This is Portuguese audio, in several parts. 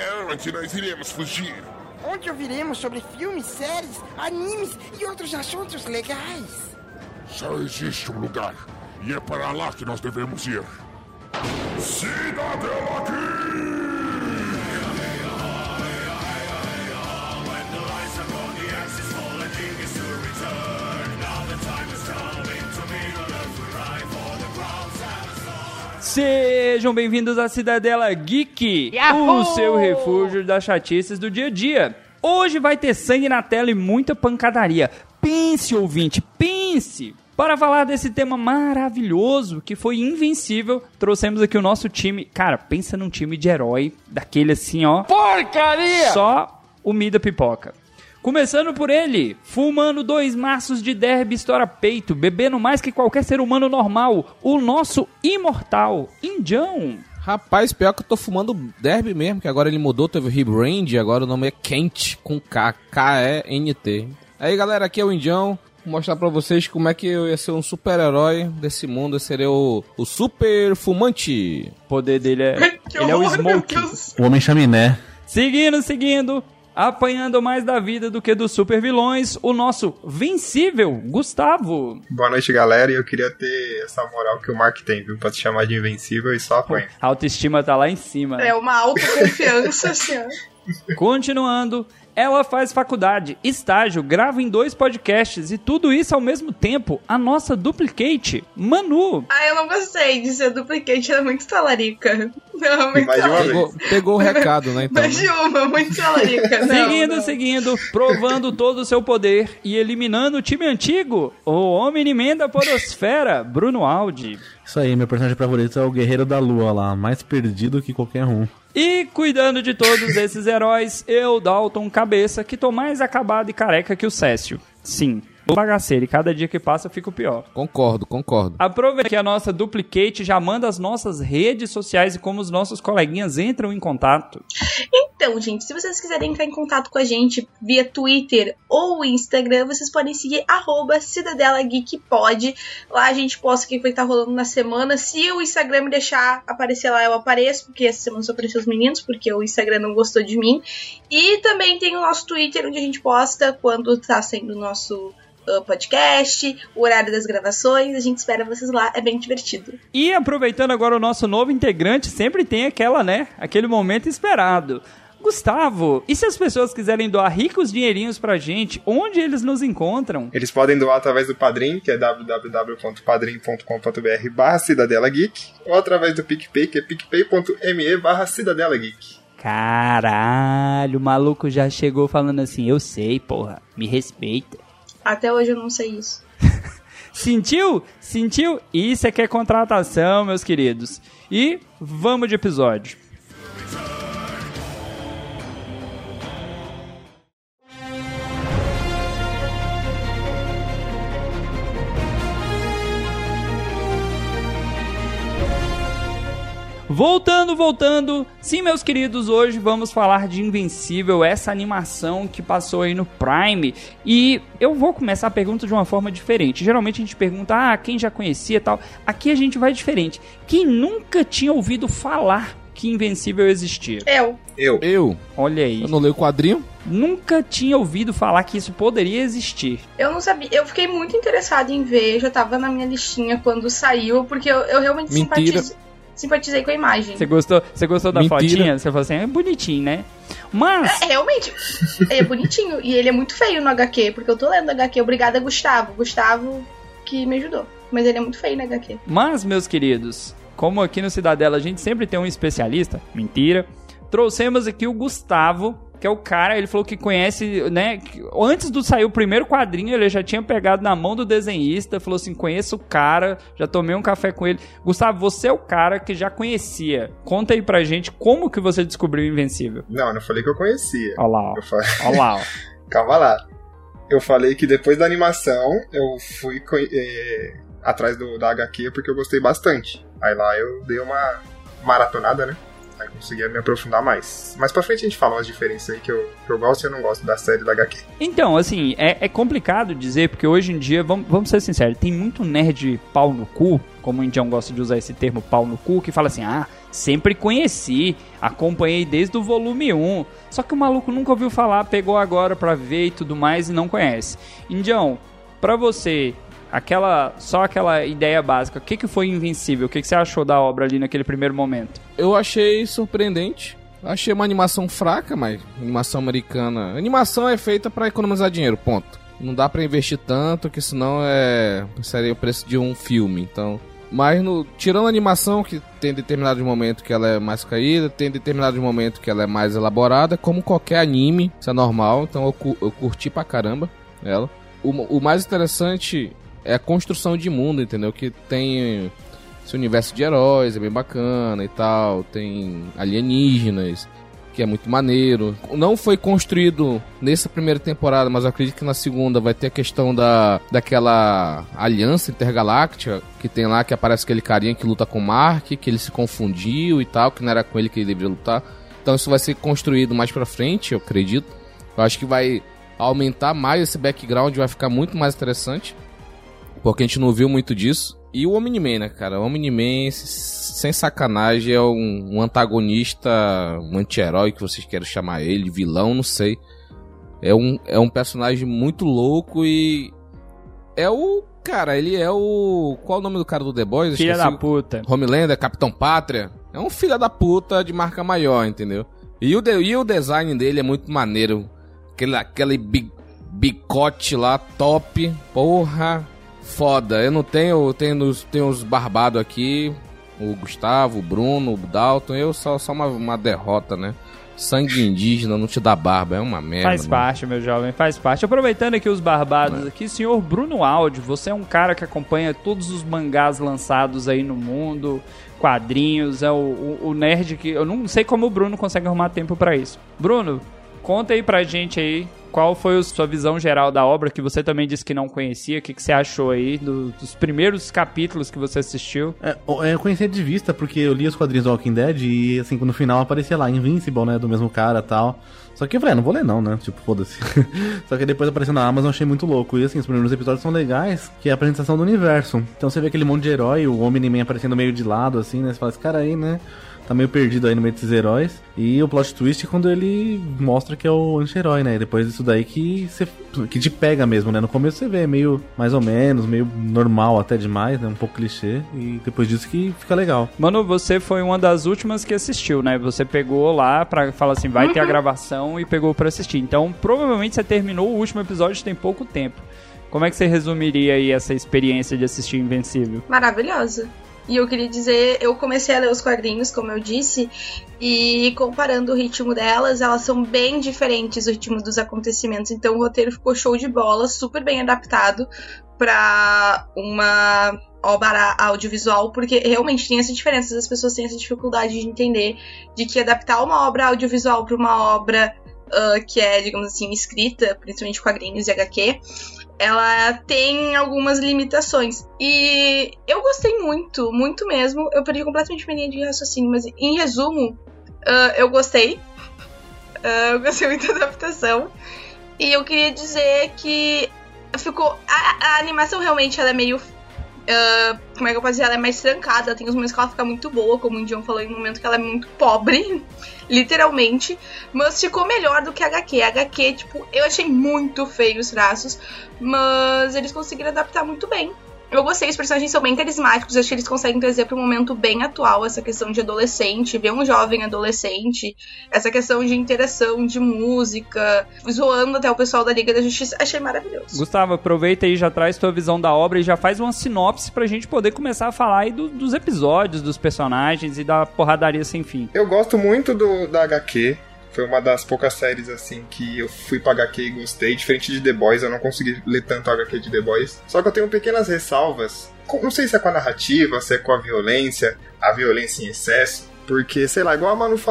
Onde nós iremos fugir? Onde ouviremos sobre filmes, séries, animes e outros assuntos legais. Só existe um lugar, e é para lá que nós devemos ir. Cidadela Geek! Sejam bem-vindos à Cidadela Geek, Yahoo! O seu refúgio das chatices do dia a dia. Hoje vai ter sangue na tela e muita pancadaria. Pense, ouvinte, pense! Para falar desse tema maravilhoso que foi Invencível, trouxemos aqui o nosso time. Cara, pensa num time de herói, daquele assim, ó. Porcaria! Só o Mida Pipoca. Começando por ele, fumando 2 maços de derby estoura peito, bebendo mais que qualquer ser humano normal, o nosso imortal Indião. Rapaz, pior que eu tô fumando derby mesmo, que agora ele mudou, teve o rebrand, agora o nome é Kent, com K, K-E-N-T. Aí galera, aqui é o Indião, vou mostrar pra vocês como é que eu ia ser um super-herói desse mundo, eu seria o super fumante. O poder dele é... ele é o Smoke. O Homem Chaminé. Seguindo, apanhando mais da vida do que dos super vilões, o nosso vencível Gustavo. Boa noite, galera, e eu queria ter essa moral que o Mark tem, viu? Pra te chamar de invencível e só apanha. A autoestima tá lá em cima. É uma autoconfiança, assim, ó. Continuando, ela faz faculdade, estágio, grava em 2 podcasts e tudo isso ao mesmo tempo. A nossa duplicate, Manu. Eu não gostei de ser duplicate, era muito talarica. Não, muito Mais de uma talarica. vez. Pegou o recado, né, então. Mais de uma, muito talarica. Seguindo, provando todo o seu poder e eliminando o time antigo, o Homem-Man da Podosfera, Bruno Aldi. Isso aí, meu personagem favorito é o Guerreiro da Lua lá, mais perdido que qualquer um. E cuidando de todos esses heróis, eu, Dalton Cabeça, que tô mais acabado e careca que o Cécio. Sim, o bagaceiro, e cada dia que passa eu fico pior. Concordo. Aproveita que a nossa duplicate já manda as nossas redes sociais e como os nossos coleguinhas entram em contato. Então, gente, se vocês quiserem entrar em contato com a gente via Twitter ou Instagram, vocês podem seguir @CidadelaGeekPod. Lá a gente posta o que vai estar rolando na semana. Se o Instagram me deixar aparecer lá, eu apareço, porque essa semana só apareceu os meninos, porque o Instagram não gostou de mim. E também tem o nosso Twitter, onde a gente posta quando tá sendo o nosso podcast, o horário das gravações. A gente espera vocês lá, é bem divertido. E aproveitando agora o nosso novo integrante, sempre tem aquele momento esperado. Gustavo, e se as pessoas quiserem doar ricos dinheirinhos pra gente, onde eles nos encontram? Eles podem doar através do Padrim, que é www.padrim.com.br/CidadelaGeek, ou através do PicPay, que é picpay.me/CidadelaGeek. Caralho, o maluco já chegou falando assim, eu sei, porra, me respeita. Até hoje eu não sei isso. Sentiu? Isso é que é contratação, meus queridos. E vamos de episódio. Voltando. Sim, meus queridos, hoje vamos falar de Invencível, essa animação que passou aí no Prime. E eu vou começar a pergunta de uma forma diferente. Geralmente a gente pergunta, quem já conhecia e tal. Aqui a gente vai diferente. Quem nunca tinha ouvido falar que Invencível existia? Eu. Olha aí. Eu não leio o quadrinho. Nunca tinha ouvido falar que isso poderia existir. Eu não sabia. Eu fiquei muito interessada em ver. Já tava na minha listinha quando saiu, porque eu realmente simpatizei com a imagem. Você gostou da Mentira. fotinha? Você falou assim, é bonitinho, né? Mas... Realmente, é bonitinho. E ele é muito feio no HQ, porque eu tô lendo HQ. Obrigada, Gustavo. Gustavo que me ajudou. Mas ele é muito feio no HQ. Mas, meus queridos, como aqui no Cidadela a gente sempre tem um especialista, mentira, trouxemos aqui o Gustavo, que é o cara, ele falou que conhece, né, antes do sair o primeiro quadrinho, ele já tinha pegado na mão do desenhista, falou assim, conheço o cara, já tomei um café com ele. Gustavo, você é o cara que já conhecia. Conta aí pra gente como que você descobriu o Invencível. Não falei que eu conhecia. Olha lá, ó. Calma lá. Eu falei que depois da animação, eu fui atrás da HQ porque eu gostei bastante. Aí lá eu dei uma maratonada, né? né? Conseguia me aprofundar mais. Mais pra frente a gente fala umas diferenças aí que eu gosto e eu não gosto da série da HQ. Então, assim, é complicado dizer, porque hoje em dia, vamos ser sinceros, tem muito nerd pau no cu, como o Indião gosta de usar esse termo pau no cu, que fala assim, sempre conheci, acompanhei desde o volume 1, só que o maluco nunca ouviu falar, pegou agora pra ver e tudo mais e não conhece. Indião, pra você, só aquela ideia básica, o que foi Invencível? O que você achou da obra ali naquele primeiro momento? Eu achei surpreendente. Achei uma animação fraca, mas animação americana. A animação é feita pra economizar dinheiro, ponto. Não dá pra investir tanto, que senão seria o preço de um filme, então... Mas tirando a animação, que tem determinado momento que ela é mais caída, tem determinado momento que ela é mais elaborada, como qualquer anime, isso é normal, então eu curti pra caramba ela. O mais interessante é a construção de mundo, entendeu? Que tem esse universo de heróis, é bem bacana e tal, tem alienígenas, que é muito maneiro. Não foi construído nessa primeira temporada, mas eu acredito que na segunda vai ter a questão daquela aliança intergaláctica que tem lá, que aparece aquele carinha que luta com o Mark, que ele se confundiu e tal, que não era com ele que ele deveria lutar. Então isso vai ser construído mais pra frente, eu acredito. Eu acho que vai aumentar mais esse background, vai ficar muito mais interessante, porque a gente não viu muito disso. E o Omni-Man, né, cara? O Omni-Man, sem sacanagem, é um antagonista, um anti-herói que vocês querem chamar ele, vilão, não sei. É um personagem muito louco e... Cara, ele é o... Qual é o nome do cara do The Boys? Filha da puta. Homelander, Capitão Pátria. É um filho da puta de marca maior, entendeu? E o design dele é muito maneiro. Aquele bicote lá, top. Porra... Foda, eu não tenho os barbados aqui, o Gustavo, o Bruno, o Dalton, eu só uma derrota, né? Sangue indígena não te dá barba, é uma merda. Faz parte, meu jovem, faz parte. Aproveitando aqui os barbados aqui, senhor Bruno Aldi, você é um cara que acompanha todos os mangás lançados aí no mundo, quadrinhos, é o nerd que... Eu não sei como o Bruno consegue arrumar tempo pra isso. Bruno, conta aí pra gente aí, qual foi a sua visão geral da obra, que você também disse que não conhecia, o que você achou aí dos primeiros capítulos que você assistiu? Eu conhecia de vista, porque eu li os quadrinhos do Walking Dead e, assim, no final aparecia lá, Invincible, né, do mesmo cara e tal. Só que eu falei, não vou ler não, né, tipo, foda-se. Só que depois apareceu na Amazon, achei muito louco. E, assim, os primeiros episódios são legais, que é a apresentação do universo. Então você vê aquele monte de herói, o Omni-Man aparecendo meio de lado, assim, né, você fala, esse cara aí, né... Tá meio perdido aí no meio desses heróis. E o plot twist é quando ele mostra que é o anti-herói, né? E depois disso daí que te pega mesmo, né? No começo você vê meio mais ou menos, meio normal até demais, né? Um pouco clichê. E depois disso que fica legal. Mano, você foi uma das últimas que assistiu, né? Você pegou lá pra falar assim, vai ter a gravação e pegou pra assistir. Então, provavelmente você terminou o último episódio tem pouco tempo. Como é que você resumiria aí essa experiência de assistir Invencível? Maravilhosa. E eu queria dizer, eu comecei a ler os quadrinhos, como eu disse, e comparando o ritmo delas, elas são bem diferentes, o ritmo dos acontecimentos. Então o roteiro ficou show de bola, super bem adaptado pra uma obra audiovisual, porque realmente tem essa diferença, as pessoas têm essa dificuldade de entender de que adaptar uma obra audiovisual pra uma obra que é, digamos assim, escrita, principalmente quadrinhos e HQ, ela tem algumas limitações. E eu gostei muito, muito mesmo. Eu perdi completamente minha linha de raciocínio, mas em resumo, eu gostei. Eu gostei muito da adaptação. E eu queria dizer que ficou... A animação realmente ela é meio... como é que eu posso dizer? Ela é mais trancada. Tem uns momentos que ela fica muito boa, como o Indião falou, em um momento que ela é muito pobre, literalmente. Mas ficou melhor do que a HQ. A HQ, tipo, eu achei muito feio os traços, mas eles conseguiram adaptar muito bem. Eu gostei, os personagens são bem carismáticos, acho que eles conseguem trazer para um momento bem atual essa questão de adolescente, ver um jovem adolescente, essa questão de interação, de música, zoando até o pessoal da Liga da Justiça, achei maravilhoso. Gustavo, aproveita aí, já traz tua visão da obra e já faz uma sinopse pra gente poder começar a falar aí dos episódios, dos personagens e da porradaria sem fim. Eu gosto muito da HQ. Foi uma das poucas séries, assim, que eu fui pra HQ e gostei. Diferente de The Boys, eu não consegui ler tanto a HQ de The Boys. Só que eu tenho pequenas ressalvas. Não sei se é com a narrativa, se é com a violência em excesso. Porque, sei lá, igual a Manu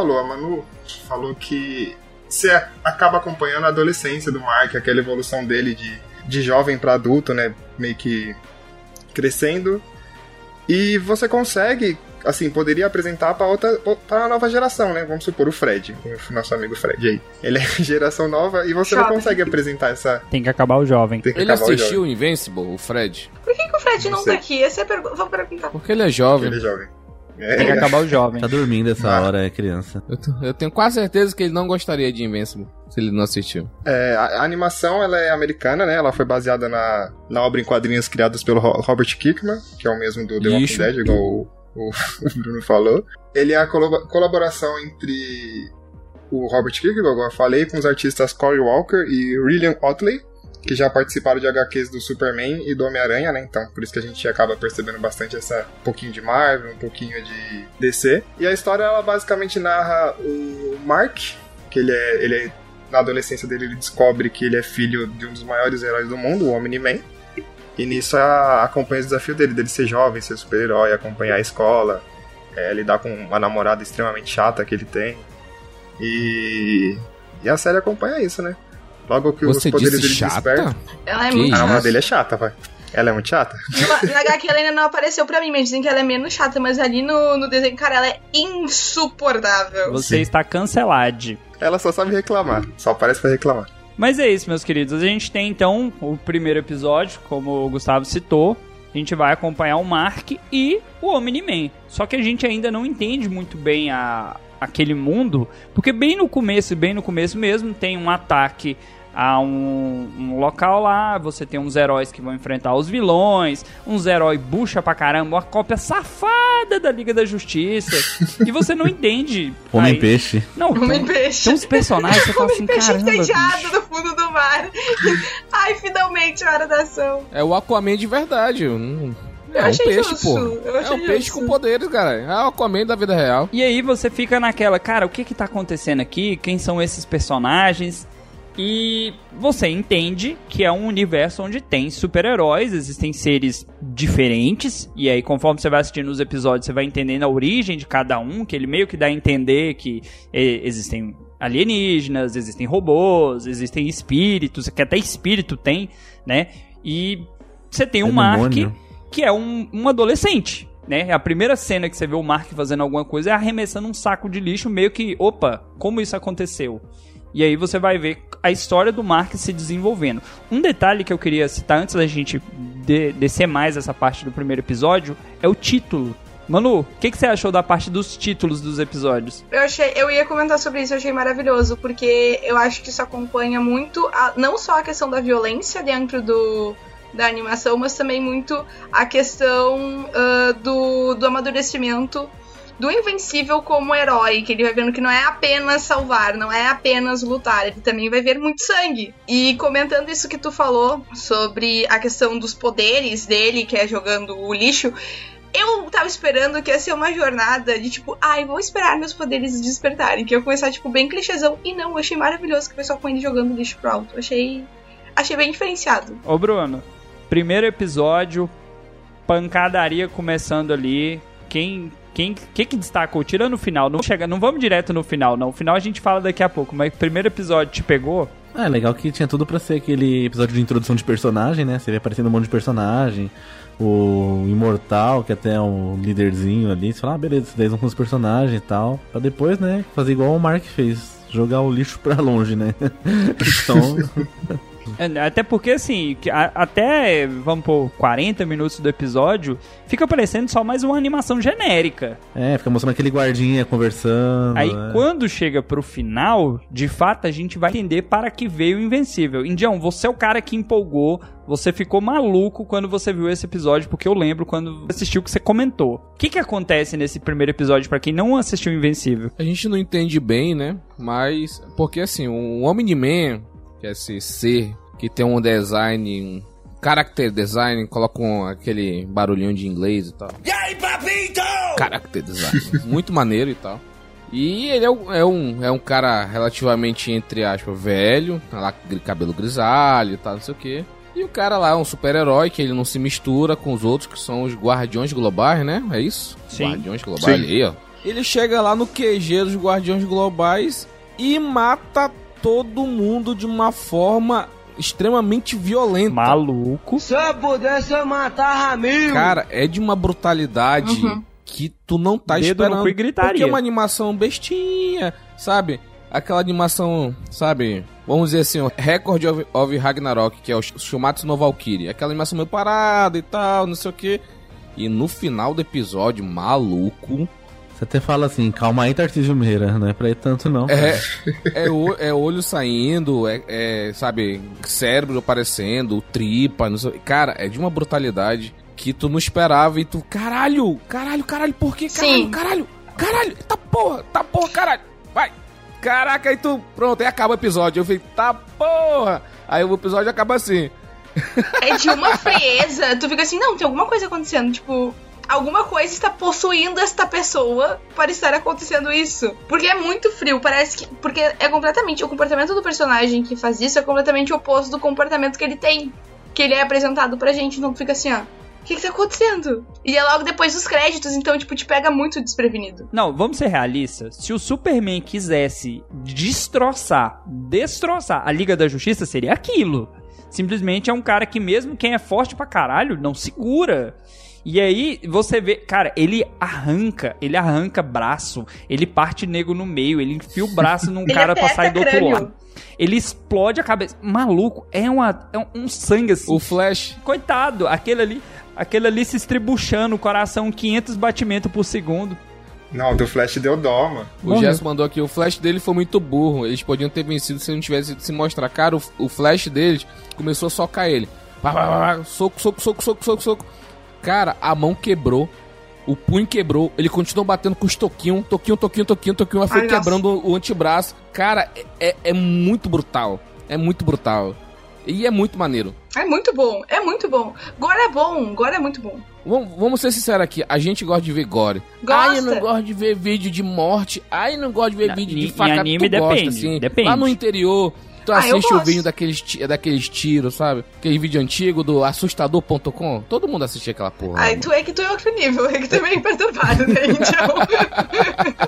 falou que você acaba acompanhando a adolescência do Mark, aquela evolução dele de jovem pra adulto, né? Meio que crescendo. E você consegue assim, poderia apresentar pra nova geração, né? Vamos supor o Fred, o nosso amigo Fred aí. Ele é geração nova e você não consegue apresentar essa... Tem que acabar o jovem. Ele assistiu o Invincible, o Fred? Por que o Fred não tá aqui? Essa é a pergunta. Vou perguntar. Porque ele é jovem. Ele é jovem. Tem que acabar o jovem. Tá dormindo essa hora, é criança. Eu tenho quase certeza que ele não gostaria de Invincible, se ele não assistiu. A animação, ela é americana, né? Ela foi baseada na obra em quadrinhos criadas pelo Robert Kirkman, que é o mesmo do The Walking Dead, igual o Bruno falou. Ele é a colaboração entre o Robert Kirkman, igual eu falei, com os artistas Cory Walker e William Otley, que já participaram de HQs do Superman e do Homem-Aranha, né? Então, por isso que a gente acaba percebendo bastante um pouquinho de Marvel, um pouquinho de DC. E a história, ela basicamente narra o Mark, que ele é na adolescência dele, ele descobre que ele é filho de um dos maiores heróis do mundo, o Omni-Man. E nisso acompanha o desafio dele ser jovem, ser super-herói, acompanhar a escola, lidar com uma namorada extremamente chata que ele tem. E a série acompanha isso, né? Logo que você os poderes disse dele chata? despertam. Ela é muito A chata. namorada dele é chata, vai. Ela é muito chata? Na HQ ela ainda não apareceu pra mim, mas dizem que ela é menos chata, mas ali no desenho, cara, ela é insuportável. Você está cancelado. Ela só sabe reclamar. Só aparece pra reclamar. Mas é isso, meus queridos. A gente tem, então, o primeiro episódio, como o Gustavo citou. A gente vai acompanhar o Mark e o Omni-Man. Só que a gente ainda não entende muito bem aquele mundo, porque bem no começo mesmo, tem um ataque a um local lá, você tem uns heróis que vão enfrentar os vilões, uns heróis bucha pra caramba, uma cópia safada da Liga da Justiça, e você não entende. Homem-Peixe. Não, Homem-Peixe. Tem uns personagens que você fala assim, Homem-Peixe caramba, entediado bicho. no fundo do mar. Ai, finalmente a hora da ação. É o Aquaman de verdade. É um achei peixe, justo, pô. eu achei É um peixe justo. com poderes, cara. É o Aquaman da vida real. E aí você fica naquela, cara, o que tá acontecendo aqui? Quem são esses personagens? E você entende que é um universo onde tem super-heróis, existem seres diferentes, e aí conforme você vai assistindo os episódios, você vai entendendo a origem de cada um, que ele meio que dá a entender que existem alienígenas, existem robôs, existem espíritos, que até espírito tem, né? E você tem um Mark, que é um adolescente, né? A primeira cena que você vê o Mark fazendo alguma coisa é arremessando um saco de lixo, meio que, opa, como isso aconteceu? E aí você vai ver a história do Mark se desenvolvendo. Um detalhe que eu queria citar antes da gente descer mais essa parte do primeiro episódio é o título. Manu, o que você achou da parte dos títulos dos episódios? Eu ia comentar sobre isso, eu achei maravilhoso, porque eu acho que isso acompanha muito, não só a questão da violência dentro da animação, mas também muito a questão do amadurecimento do Invencível como herói, que ele vai vendo que não é apenas salvar, não é apenas lutar, ele também vai ver muito sangue. E comentando isso que tu falou sobre a questão dos poderes dele, que é jogando o lixo, eu tava esperando que ia ser uma jornada de tipo, vou esperar meus poderes despertarem, que ia começar tipo bem clichêzão, e não, eu achei maravilhoso que o pessoal com ele jogando lixo pro alto, achei bem diferenciado. Ô Bruno, primeiro episódio, pancadaria começando ali, quem que destacou? Tirando o final, não vamos direto no final, não. O final a gente fala daqui a pouco, mas o primeiro episódio te pegou? É legal que tinha tudo pra ser aquele episódio de introdução de personagem, né? Você vê aparecendo um monte de personagem. O Imortal, que até é um líderzinho ali. Você fala, beleza, esses daí vão com os personagens e tal. Pra depois, né, fazer igual o Mark fez. Jogar o lixo pra longe, né? Então... Até porque, assim, até, vamos pôr, 40 minutos do episódio, fica parecendo só mais uma animação genérica. Fica mostrando aquele guardinha conversando. Aí, quando chega pro final, de fato, a gente vai entender para que veio o Invencível. Indião, você é o cara que empolgou, você ficou maluco quando você viu esse episódio, porque eu lembro quando assistiu que você comentou. O que acontece nesse primeiro episódio para quem não assistiu Invencível? A gente não entende bem, né? Mas, porque assim, o Omni-Man, que é esse ser que tem um design, um character design, colocam aquele barulhinho de inglês e tal. E aí, papito? Character design. Muito maneiro e tal. E ele é um cara relativamente, entre aspas, velho, lá, cabelo grisalho e tal, não sei o que. E o cara lá é um super-herói que ele não se mistura com os outros, que são os Guardiões Globais, né? É isso? Sim. Guardiões Globais aí, ó. Ele chega lá no QG dos Guardiões Globais e mata todo mundo de uma forma extremamente violenta. Maluco. Se eu pudesse, eu matava mil. Cara, é de uma brutalidade que tu não tá Dedo no esperando. cu e gritaria. Porque é uma animação bestinha, sabe? Aquela animação, sabe? Vamos dizer assim, o Record of Ragnarok, que é o Shumatsu no Valkyrie. Aquela animação meio parada e tal, não sei o que. E no final do episódio, maluco... Você até fala assim, calma aí, Tarcísio Meira, não é pra ir tanto não. É olho saindo, sabe, cérebro aparecendo, tripa, não sei... Cara, é de uma brutalidade que tu não esperava e tu... Caralho, por que? Caralho, tá porra, caralho, vai. Caraca, aí tu... Pronto, aí acaba o episódio. Eu falei, tá porra. Aí o episódio acaba assim. É de uma frieza. Tu fica assim, não, tem alguma coisa acontecendo. Tipo, alguma coisa está possuindo esta pessoa para estar acontecendo isso. Porque é muito frio, parece que... Porque é completamente... O comportamento do personagem que faz isso é completamente oposto do comportamento que ele tem. Que ele é apresentado pra gente. Então tu fica assim, ó... O que tá acontecendo? E é logo depois dos créditos, então, tipo, te pega muito desprevenido. Não, vamos ser realistas. Se o Superman quisesse destroçar a Liga da Justiça, seria aquilo. Simplesmente é um cara que mesmo quem é forte pra caralho, não segura. E aí, você vê... Cara, ele arranca braço, ele parte nego no meio, ele enfia o braço num cara pra sair do outro lado. Ele explode a cabeça. Maluco, é um sangue assim. O Flash... Coitado, aquele ali se estribuchando, o coração 500 batimentos por segundo. Não, do Flash deu dó, mano. O Jess mandou aqui, o Flash dele foi muito burro. Eles podiam ter vencido se não tivesse se mostrar. Cara, o Flash deles começou a socar ele. Soco. Cara, a mão quebrou. O punho quebrou. Ele continuou batendo com os toquinho. Aí foi quebrando o antebraço. Cara, é muito brutal. É muito brutal. E é muito maneiro. É muito bom. Gore é muito bom. Vamos ser sinceros aqui. A gente gosta de ver gore. Gosta. Eu não gosto de ver vídeo de morte. Eu não gosto de ver vídeo de faca. Em anime depende, assim. depende. Lá no interior, tu assiste o vídeo daqueles tiros, sabe? Aquele vídeo antigo do assustador.com. Todo mundo assistia aquela porra. Ai, tu é outro nível. É que tu é meio perturbado, né? Então...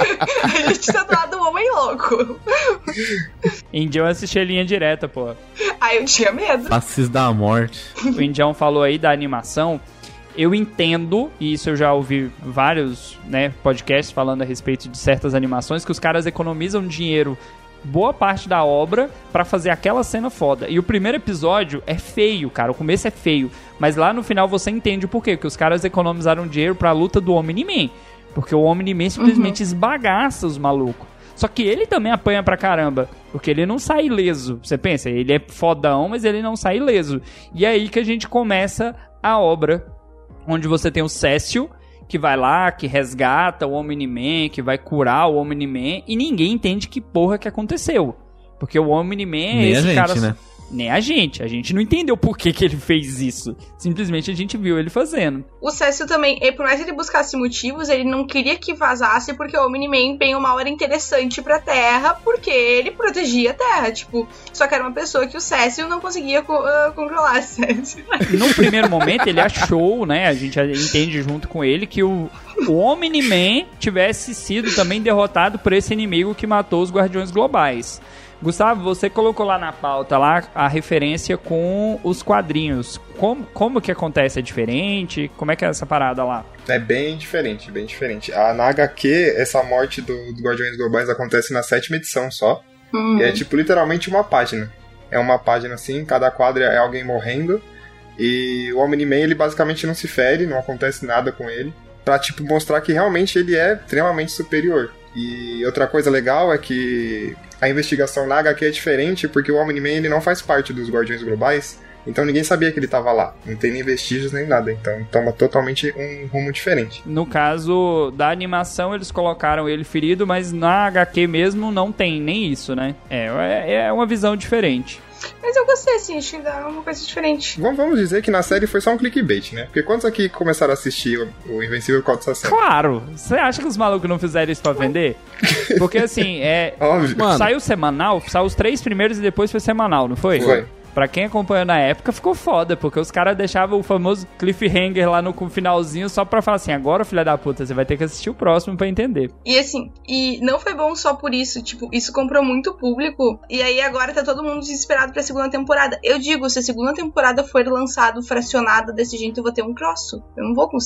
a gente tá do lado do homem louco. Indião assistia Linha Direta, pô. Eu tinha medo. Faces da morte. O Indião falou aí da animação. Eu entendo, e isso eu já ouvi vários, né, podcasts falando a respeito de certas animações, que os caras economizam dinheiro, boa parte da obra, pra fazer aquela cena foda. E o primeiro episódio é feio, cara. O começo é feio. Mas lá no final você entende o porquê. Porque os caras economizaram dinheiro pra luta do Omni-Man. Porque o Omni-Man simplesmente esbagaça os malucos. Só que ele também apanha pra caramba. Porque ele não sai ileso. Você pensa, ele é fodão, mas ele não sai ileso. E é aí que a gente começa a obra. Onde você tem o Cécio, que vai lá, que resgata o Omni-Man, que vai curar o Omni-Man. E ninguém entende que porra que aconteceu. Porque o Omni-Man é esse cara... Né? Nem a gente não entendeu por que ele fez isso. Simplesmente a gente viu ele fazendo. O Cécio também, por mais que ele buscasse motivos, ele não queria que vazasse porque o Omni-Man, bem ou mal, era interessante pra Terra, porque ele protegia a Terra, tipo, só que era uma pessoa que o Cécio não conseguia controlar. No primeiro momento ele achou, né, a gente entende junto com ele, que o Omni-Man tivesse sido também derrotado por esse inimigo que matou os Guardiões Globais. Gustavo, você colocou lá na pauta lá a referência com os quadrinhos. Como que acontece? É diferente? Como é que é essa parada lá? É bem diferente, bem diferente. Na HQ, essa morte do Guardiões Globais acontece na 7ª edição só. E é tipo literalmente uma página. É uma página assim, cada quadro é alguém morrendo. E o Omni-Man, ele basicamente não se fere, não acontece nada com ele. Pra tipo mostrar que realmente ele é extremamente superior. E outra coisa legal é que a investigação na HQ é diferente porque o Omni-Man ele não faz parte dos Guardiões Globais, então ninguém sabia que ele tava lá. Não tem nem vestígios nem nada, então toma totalmente um rumo diferente. No caso da animação, eles colocaram ele ferido, mas na HQ mesmo não tem nem isso, né? É uma visão diferente. Mas eu gostei, assim, achei que dá uma coisa diferente. Vamos dizer que na série foi só um clickbait, né? Porque quantos aqui começaram a assistir o Invencível Causa Assassino? Claro! Você acha que os malucos não fizeram isso pra vender? Porque, assim, óbvio. Mano, saiu semanal, saiu os 3 primeiros e depois foi semanal, não foi? Foi. Pra quem acompanhou na época, ficou foda, porque os caras deixavam o famoso cliffhanger lá no finalzinho só pra falar assim, agora, filha da puta, você vai ter que assistir o próximo pra entender. E assim, e não foi bom só por isso, tipo, isso comprou muito público, e aí agora tá todo mundo desesperado pra segunda temporada. Eu digo, se a segunda temporada for lançada fracionada desse jeito, eu vou ter um troço. Eu não vou conseguir.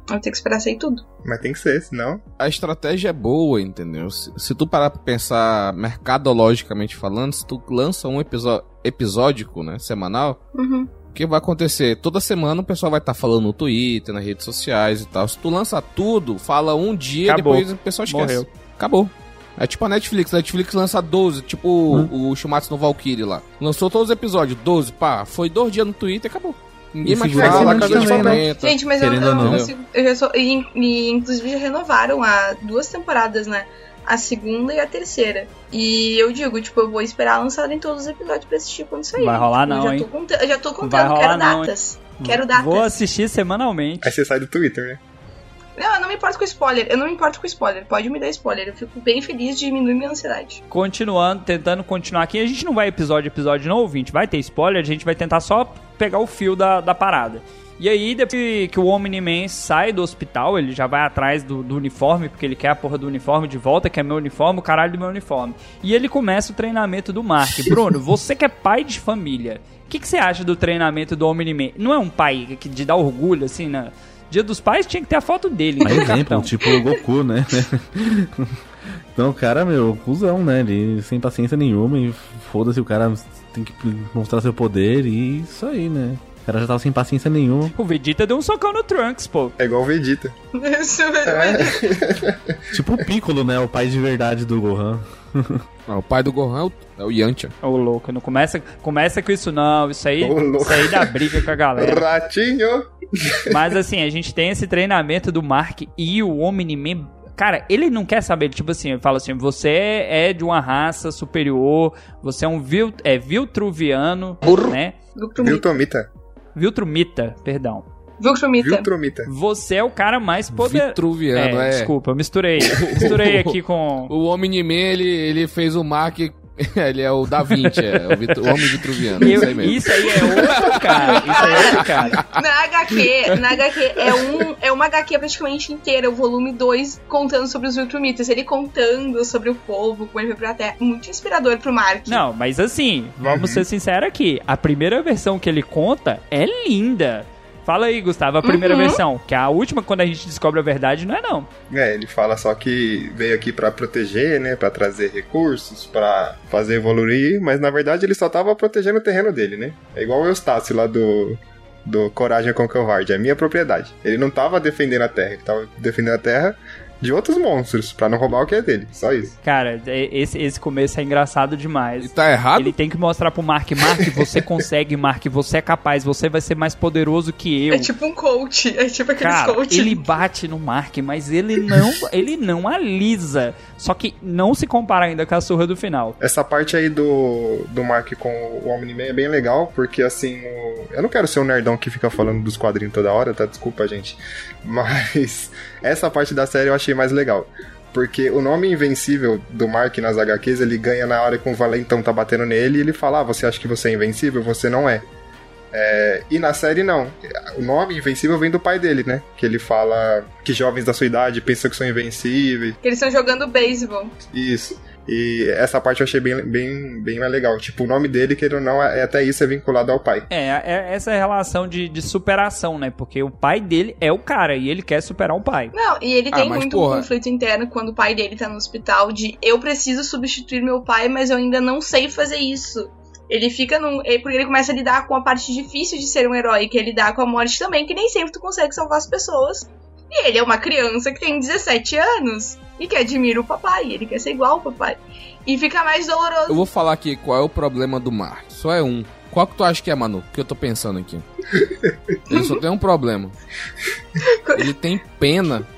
Vai ter que esperar sair tudo. Mas tem que ser, senão... A estratégia é boa, entendeu? Se tu parar pra pensar mercadologicamente falando, se tu lança um episódico, né, semanal, o que vai acontecer? Toda semana o pessoal vai estar falando no Twitter, nas redes sociais e tal. Se tu lança tudo, fala um dia, Acabou. depois o pessoal esquece. Morreu. Acabou. É tipo a Netflix. A Netflix lança 12, tipo o Shumatsu no Valkyrie lá. Lançou todos os episódios, 12, pá. Foi 2 dias no Twitter e acabou. Ninguém mais segura fala, semana cada vez também, né? aumenta. Gente, mas eu Querendo ou não não. consigo. Eu já sou. E inclusive já renovaram há 2 temporadas, né? A segunda e a terceira. E eu digo, tipo, eu vou esperar lançarem todos os episódios pra assistir quando sair. Vai rolar Tipo, não, eu hein? já tô contando, Vai rolar quero não, datas. Quero datas. Vou assistir semanalmente. Aí você sai do Twitter, né? Não, eu não me importo com spoiler. Eu não me importo com spoiler. Pode me dar spoiler. Eu fico bem feliz de diminuir minha ansiedade. Continuando, tentando continuar aqui. A gente não vai episódio a episódio não, ouvinte. Vai ter spoiler, a gente vai tentar só pegar o fio da parada. E aí, depois que o Omni-Man sai do hospital, ele já vai atrás do uniforme, porque ele quer a porra do uniforme de volta, que é meu uniforme, o caralho do meu uniforme. E ele começa o treinamento do Mark. Bruno, você que é pai de família, o que você acha do treinamento do Omni-Man? Não é um pai de dar orgulho, assim, né? Dia dos Pais tinha que ter a foto dele. Mas no exemplo, cartão. tipo o Goku, né? Então o cara, meu, cuzão, né? Ele sem paciência nenhuma e foda-se, o cara tem que mostrar seu poder e isso aí, né? O cara já tava sem paciência nenhuma. O Vegeta deu um socão no Trunks, pô. É igual o Vegeta. Tipo o Piccolo, né? O pai de verdade do Gohan. Não, o pai do Gohan é o Yantia. Ô, louco, não começa com isso não. Isso aí, Ô, louco. isso aí dá briga com a galera. Ratinho! Mas assim, a gente tem esse treinamento do Mark e o Omni-Man. Cara, ele não quer saber, tipo assim, ele fala assim, você é de uma raça superior, você é um Viltruviano, né? Viltrumita, perdão. Viltrumita. Você é o cara mais poderoso. Vitruviano, é. Desculpa, eu misturei aqui com... O Omni-Man, ele fez o Mark... Ele é o Da Vinci, o homem vitruviano. Isso aí é outro cara. Na HQ é uma HQ praticamente inteira, o volume 2, contando sobre os Viltrumitas. Ele contando sobre o povo, como ele foi pra Terra. Muito inspirador pro Mark. Não, mas assim, vamos ser sinceros aqui. A primeira versão que ele conta é linda. Fala aí, Gustavo, a primeira versão. Que a última, quando a gente descobre a verdade, não é não. É, ele fala só que veio aqui pra proteger, né? Pra trazer recursos, pra fazer evoluir. Mas na verdade ele só tava protegendo o terreno dele, né? É igual o Eustácio lá do Coragem com o Covarde. É minha propriedade. Ele não tava defendendo a terra. Ele tava defendendo a terra de outros monstros, pra não roubar o que é dele. Só isso. Cara, esse começo é engraçado demais. E tá errado? Ele tem que mostrar pro Mark, você consegue, Mark, você é capaz, você vai ser mais poderoso que eu. É tipo um coach, é tipo aqueles Cara, coach. ele bate no Mark, mas ele não alisa. Só que não se compara ainda com a surra do final. Essa parte aí do Mark com o Omni-Man é bem legal, porque assim, eu não quero ser um nerdão que fica falando dos quadrinhos toda hora, tá? Desculpa, gente. Mas essa parte da série eu achei mais legal. Porque o nome invencível do Mark nas HQs, ele ganha na hora que o Valentão tá batendo nele e ele fala, você acha que você é invencível? Você não é. E na série não. O nome invencível vem do pai dele, né? Que ele fala que jovens da sua idade pensam que são invencíveis. Que eles estão jogando beisebol. Isso. E essa parte eu achei bem mais legal. Tipo, o nome dele, queira ou não, até isso é vinculado ao pai. Essa relação de superação, né? Porque o pai dele é o cara e ele quer superar o pai. Não, e ele tem muito conflito interno quando o pai dele tá no hospital de eu preciso substituir meu pai, mas eu ainda não sei fazer isso. Ele fica porque ele começa a lidar com a parte difícil de ser um herói, que é lidar com a morte também, que nem sempre tu consegue salvar as pessoas. E ele é uma criança que tem 17 anos e que admira o papai, ele quer ser igual ao papai. E fica mais doloroso. Eu vou falar aqui qual é o problema do Mark. Só é um. Qual que tu acha que é, Manu? Que eu tô pensando aqui. Ele só tem um problema. Ele tem pena.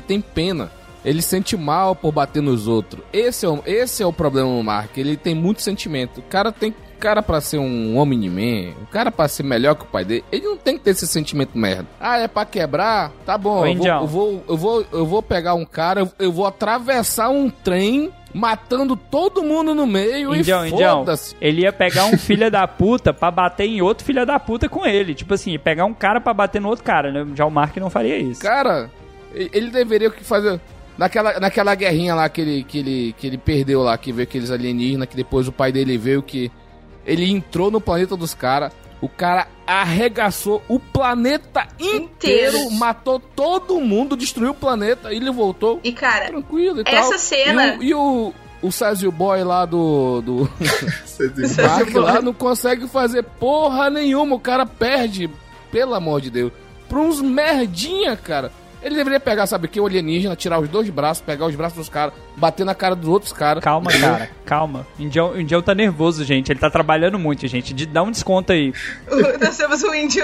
Ele sente mal por bater nos outros. Esse é o problema do Mark. Ele tem muito sentimento. O cara pra ser um Omni-Man, o cara pra ser melhor que o pai dele, ele não tem que ter esse sentimento merda. É pra quebrar? Tá bom, eu vou pegar um cara, eu vou atravessar um trem matando todo mundo no meio e foda-se. Ele ia pegar um filho da puta pra bater em outro filho da puta com ele. Tipo assim, pegar um cara pra bater no outro cara, né? Já o Mark não faria isso. Cara, ele deveria fazer... Naquela guerrinha lá que ele perdeu lá, que veio aqueles alienígenas, que depois o pai dele veio que... Ele entrou no planeta dos caras, o cara arregaçou o planeta inteiro, matou todo mundo, destruiu o planeta, e ele voltou E, cara, tranquilo e tal. essa cena... E o Sazio Boy lá do Mark lá não consegue fazer porra nenhuma, o cara perde, pelo amor de Deus, pra uns merdinha, cara. Ele deveria pegar, sabe o que? O alienígena, tirar os 2 braços, pegar os braços dos caras, bater na cara dos outros caras. Calma, cara, calma. O Indião tá nervoso, gente. Ele tá trabalhando muito, gente. Dá um desconto aí. Nós temos o índio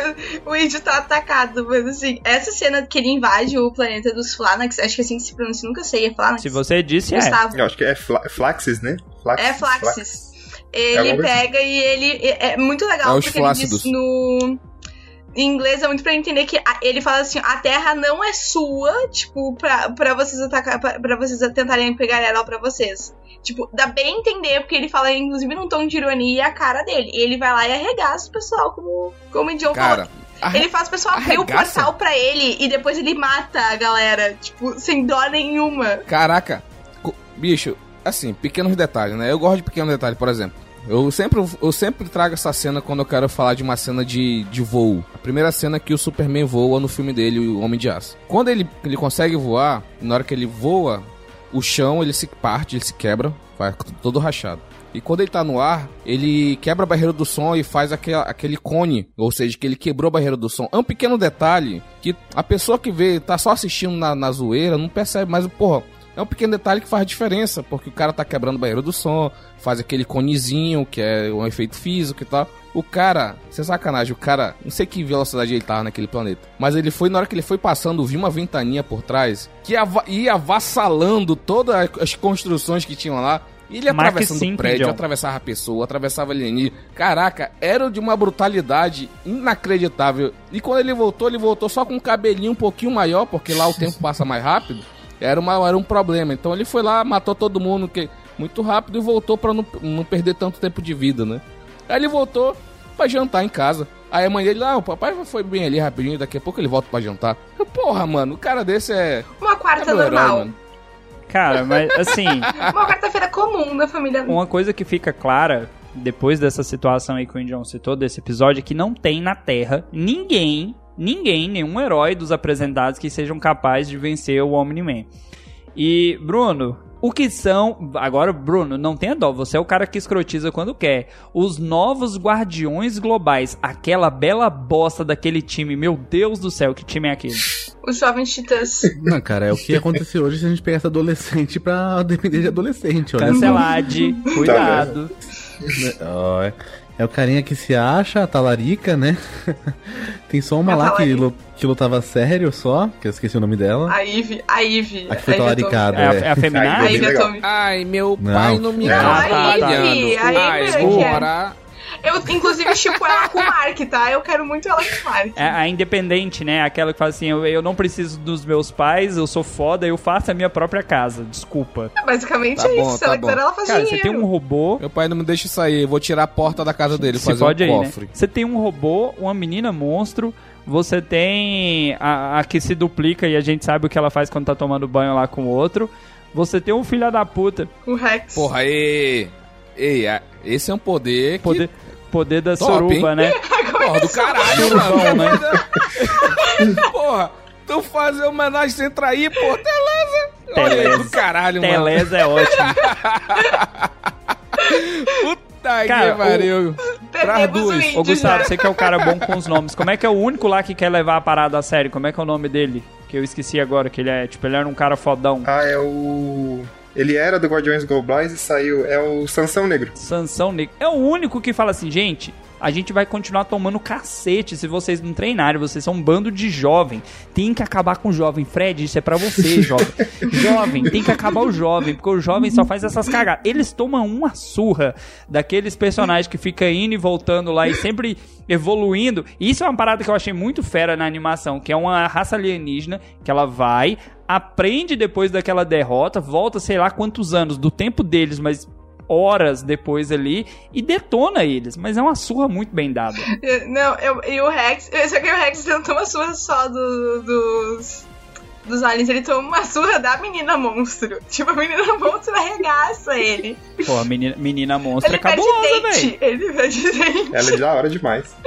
tá atacado, mas assim, essa cena que ele invade o planeta dos Flanax, acho que assim que se pronuncia, nunca sei, é Flanax? Se você disse, Gustavo. Eu acho que é Flaxis, né? Flaxis. Ele pega e ele... É muito legal, os porque flácidos. ele diz em inglês é muito pra entender que ele fala assim, a Terra não é sua, tipo, pra vocês atacar, pra vocês tentarem pegar ela pra vocês. Tipo, dá bem entender, porque ele fala, inclusive, num tom de ironia, e a cara dele. Ele vai lá e arregaça o pessoal, como o Indião falou. Ele faz o pessoal abrir o portal pra ele e depois ele mata a galera, tipo, sem dó nenhuma. Caraca, bicho, assim, pequenos detalhes, né? Eu gosto de pequenos detalhes, por exemplo. Eu sempre trago essa cena quando eu quero falar de uma cena de voo. A primeira cena que o Superman voa no filme dele, o Homem de Aço. Quando ele consegue voar, na hora que ele voa, o chão ele se parte, ele se quebra, vai todo rachado. E quando ele tá no ar, ele quebra a barreira do som e faz aquele cone, ou seja, que ele quebrou a barreira do som. É um pequeno detalhe que a pessoa que vê, tá só assistindo na zoeira, não percebe, mas porra, é um pequeno detalhe que faz diferença, porque o cara tá quebrando a barreira do som, faz aquele conezinho, que é um efeito físico e tal. O cara, sem sacanagem, o cara, não sei que velocidade ele tava naquele planeta, mas ele foi, na hora que ele foi passando, viu uma ventaninha por trás, que ia avassalando todas as construções que tinham lá, e ele atravessando o prédio, atravessava a pessoa, atravessava a alienígena. Caraca, era de uma brutalidade inacreditável. E quando ele voltou só com um cabelinho um pouquinho maior, porque lá o tempo passa mais rápido. Era um problema. Então ele foi lá, matou todo mundo muito rápido e voltou pra não perder tanto tempo de vida, né? Aí ele voltou pra jantar em casa. Aí a mãe dele, o papai foi bem ali rapidinho, daqui a pouco ele volta pra jantar. Porra, mano, o cara desse é... Uma quarta normal. Herói, cara, mas assim... Uma quarta-feira comum da família. Uma coisa que fica clara, depois dessa situação aí que o Indião citou, desse episódio, é que não tem na Terra nenhum herói dos apresentados que sejam capazes de vencer o Omni-Man. E, Bruno, o que são... Agora, Bruno, não tenha dó, você é o cara que escrotiza quando quer. Os novos Guardiões Globais, aquela bela bosta daquele time, meu Deus do céu, que time é aquele? Os Jovens Titãs. Não, cara, é o que aconteceu hoje se a gente pegar esse adolescente pra depender de adolescente. Olha. Cancelade, cuidado. É o carinha que se acha, a talarica, né? Tem só uma lá que lutava sério só, que eu esqueci o nome dela. A Ivy. A que foi talaricada. É a feminada? A Ivy Atomic. Ai, meu pai não me A Ivy agora... Eu, inclusive, tipo ela com o Mark, tá? Eu quero muito ela com o Mark. É a independente, né? Aquela que fala assim, eu não preciso dos meus pais, eu sou foda, eu faço a minha própria casa. Desculpa. Basicamente é isso. Se ela quiser, ela faz dinheiro. Cara, você tem um robô... Meu pai não me deixa sair, eu vou tirar a porta da casa dele, fazer pode um aí, cofre. Né? Você tem um robô, uma menina monstro, você tem a que se duplica e a gente sabe o que ela faz quando tá tomando banho lá com o outro. Você tem um filho da puta. O Rex. Porra, esse é um poder que... Poder da top, suruba, hein? né? Porra, do caralho, surubão, né? Porra, tu fazer homenagem sem trair, pô, Teleza. Olha aí, do caralho, mano. Teleza é ótimo. Puta que pariu. Traz duas. Ô, Gustavo, você que é o cara bom com os nomes. Como é que é o único lá que quer levar a parada a sério? Como é que é o nome dele? Que eu esqueci agora, que ele é, tipo, ele era um cara fodão. É o... Ele era do Guardiões Globais e saiu. É o Sansão Negro. Sansão Negro. É o único que fala assim, gente, a gente vai continuar tomando cacete se vocês não treinarem. Vocês são um bando de jovem. Tem que acabar com o jovem. Fred, isso é pra você, jovem. Jovem, tem que acabar o jovem, porque o jovem só faz essas cagadas. Eles tomam uma surra daqueles personagens que ficam indo e voltando lá e sempre evoluindo. E isso é uma parada que eu achei muito fera na animação, que é uma raça alienígena que ela vai... aprende depois daquela derrota, volta sei lá quantos anos do tempo deles, mas horas depois ali, e detona eles. Mas é uma surra muito bem dada. Não, e o Rex... Só que o Rex não toma surra só dos aliens, ele toma uma surra da menina monstro. Tipo, a menina monstro arregaça ele. Pô, a menina monstro ele é cabulosa, velho. Ele perde dente. Ela é da hora demais.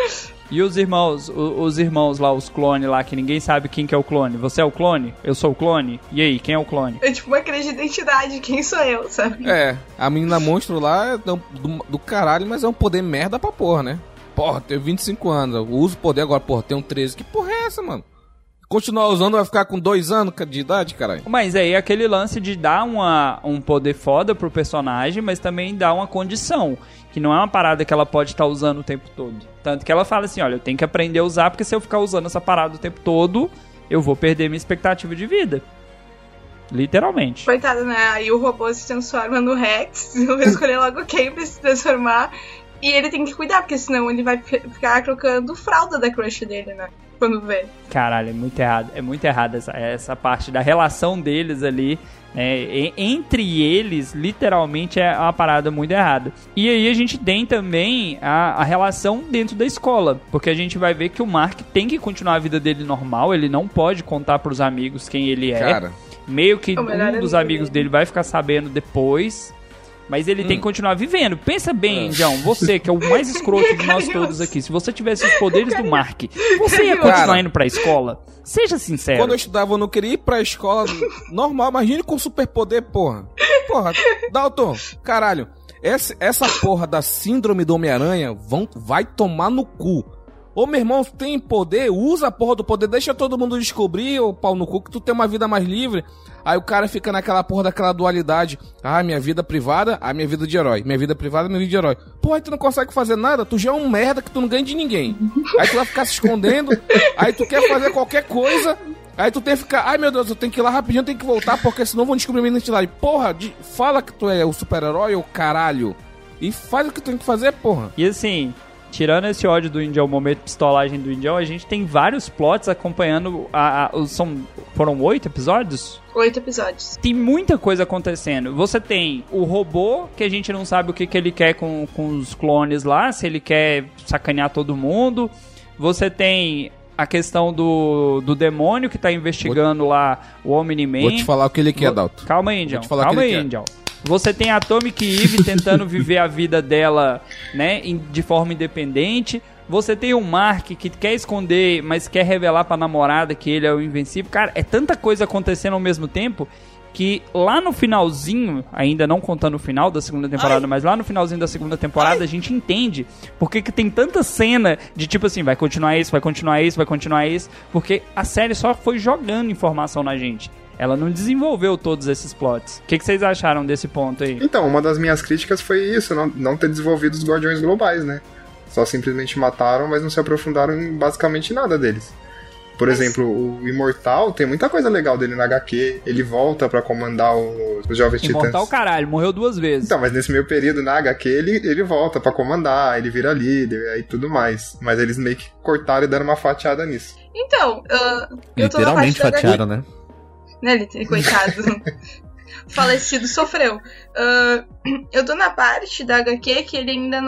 E os irmãos lá, os clones lá, que ninguém sabe quem que é o clone. Você é o clone? Eu sou o clone? E aí, quem é o clone? É tipo uma crise de identidade, quem sou eu, sabe? É, a menina monstro lá é do caralho, mas é um poder merda pra porra, né? Porra, tenho 25 anos, eu uso o poder agora, porra, tenho 13. Que porra é essa, mano? Continuar usando vai ficar com 2 anos de idade, caralho? Mas aí é aquele lance de dar um poder foda pro personagem, mas também dar uma condição. Que não é uma parada que ela pode estar usando o tempo todo. Tanto que ela fala assim, olha, eu tenho que aprender a usar, porque se eu ficar usando essa parada o tempo todo, eu vou perder minha expectativa de vida. Literalmente. Coitado, né? Aí o robô se transforma no Rex, eu vou escolher logo quem pra se transformar. E ele tem que cuidar, porque senão ele vai ficar trocando fralda da crush dele, né? Quando vê. Caralho, é muito errado essa parte da relação deles ali, né? Entre eles, literalmente, é uma parada muito errada. E aí a gente tem também a relação dentro da escola, porque a gente vai ver que o Mark tem que continuar a vida dele normal, ele não pode contar pros amigos quem ele é. Cara. Meio que um dos amigos dele vai ficar sabendo depois. Mas ele tem que continuar vivendo. Pensa bem, Indião, você que é o mais escroto de nós todos aqui. Se você tivesse os poderes do Mark, você ia continuar indo pra escola? Seja sincero. Quando eu estudava, eu não queria ir pra escola normal. Imagine com superpoder, porra. Porra, Dalton, caralho. Essa porra da síndrome do Homem-Aranha vai tomar no cu. Ô, meu irmão, tem poder, usa a porra do poder, deixa todo mundo descobrir, ô pau no cu, que tu tem uma vida mais livre. Aí o cara fica naquela porra daquela dualidade. Ah, minha vida privada, minha vida de herói. Minha vida privada, minha vida de herói. Porra, aí tu não consegue fazer nada, tu já é um merda que tu não ganha de ninguém. Aí tu vai ficar se escondendo, aí tu quer fazer qualquer coisa, aí tu tem que ficar, ai meu Deus, eu tenho que ir lá rapidinho, eu tenho que voltar, porque senão vão descobrir minha identidade. Porra, fala que tu é o super-herói, ô caralho. E faz o que tu tem que fazer, porra. E assim, tirando esse ódio do Indião, o momento de pistolagem do Indião, a gente tem vários plots acompanhando foram 8 episódios? 8 episódios. Tem muita coisa acontecendo. Você tem o robô, que a gente não sabe o que ele quer com os clones lá, se ele quer sacanear todo mundo. Você tem a questão do demônio que tá investigando lá o Omni-Man. Vou te falar o que ele quer, Dalton. Calma aí, Indião. Calma aí, Indião. Você tem a Atomic Eve tentando viver a vida dela, né, de forma independente. Você tem o Mark que quer esconder, mas quer revelar pra namorada que ele é o invencível. Cara, é tanta coisa acontecendo ao mesmo tempo que lá no finalzinho, ainda não contando o final da segunda temporada, mas lá no finalzinho da segunda temporada a gente entende porque que tem tanta cena de tipo assim, vai continuar isso, vai continuar isso, vai continuar isso, porque a série só foi jogando informação na gente. Ela não desenvolveu todos esses plots. O que vocês acharam desse ponto aí? Então, uma das minhas críticas foi isso, não ter desenvolvido os Guardiões Globais, né? Só simplesmente mataram, mas não se aprofundaram em basicamente nada deles. Por exemplo, o Imortal, tem muita coisa legal dele na HQ. Ele volta pra comandar os Jovens Titãs. Imortal, caralho, morreu 2 vezes. Então, mas nesse meio período na HQ, ele volta pra comandar, ele vira líder e tudo mais. Mas eles meio que cortaram e deram uma fatiada nisso. Então, eu tô literalmente fatiaram, né? Né, coitado. Falecido sofreu. Eu tô na parte da HQ que ele ainda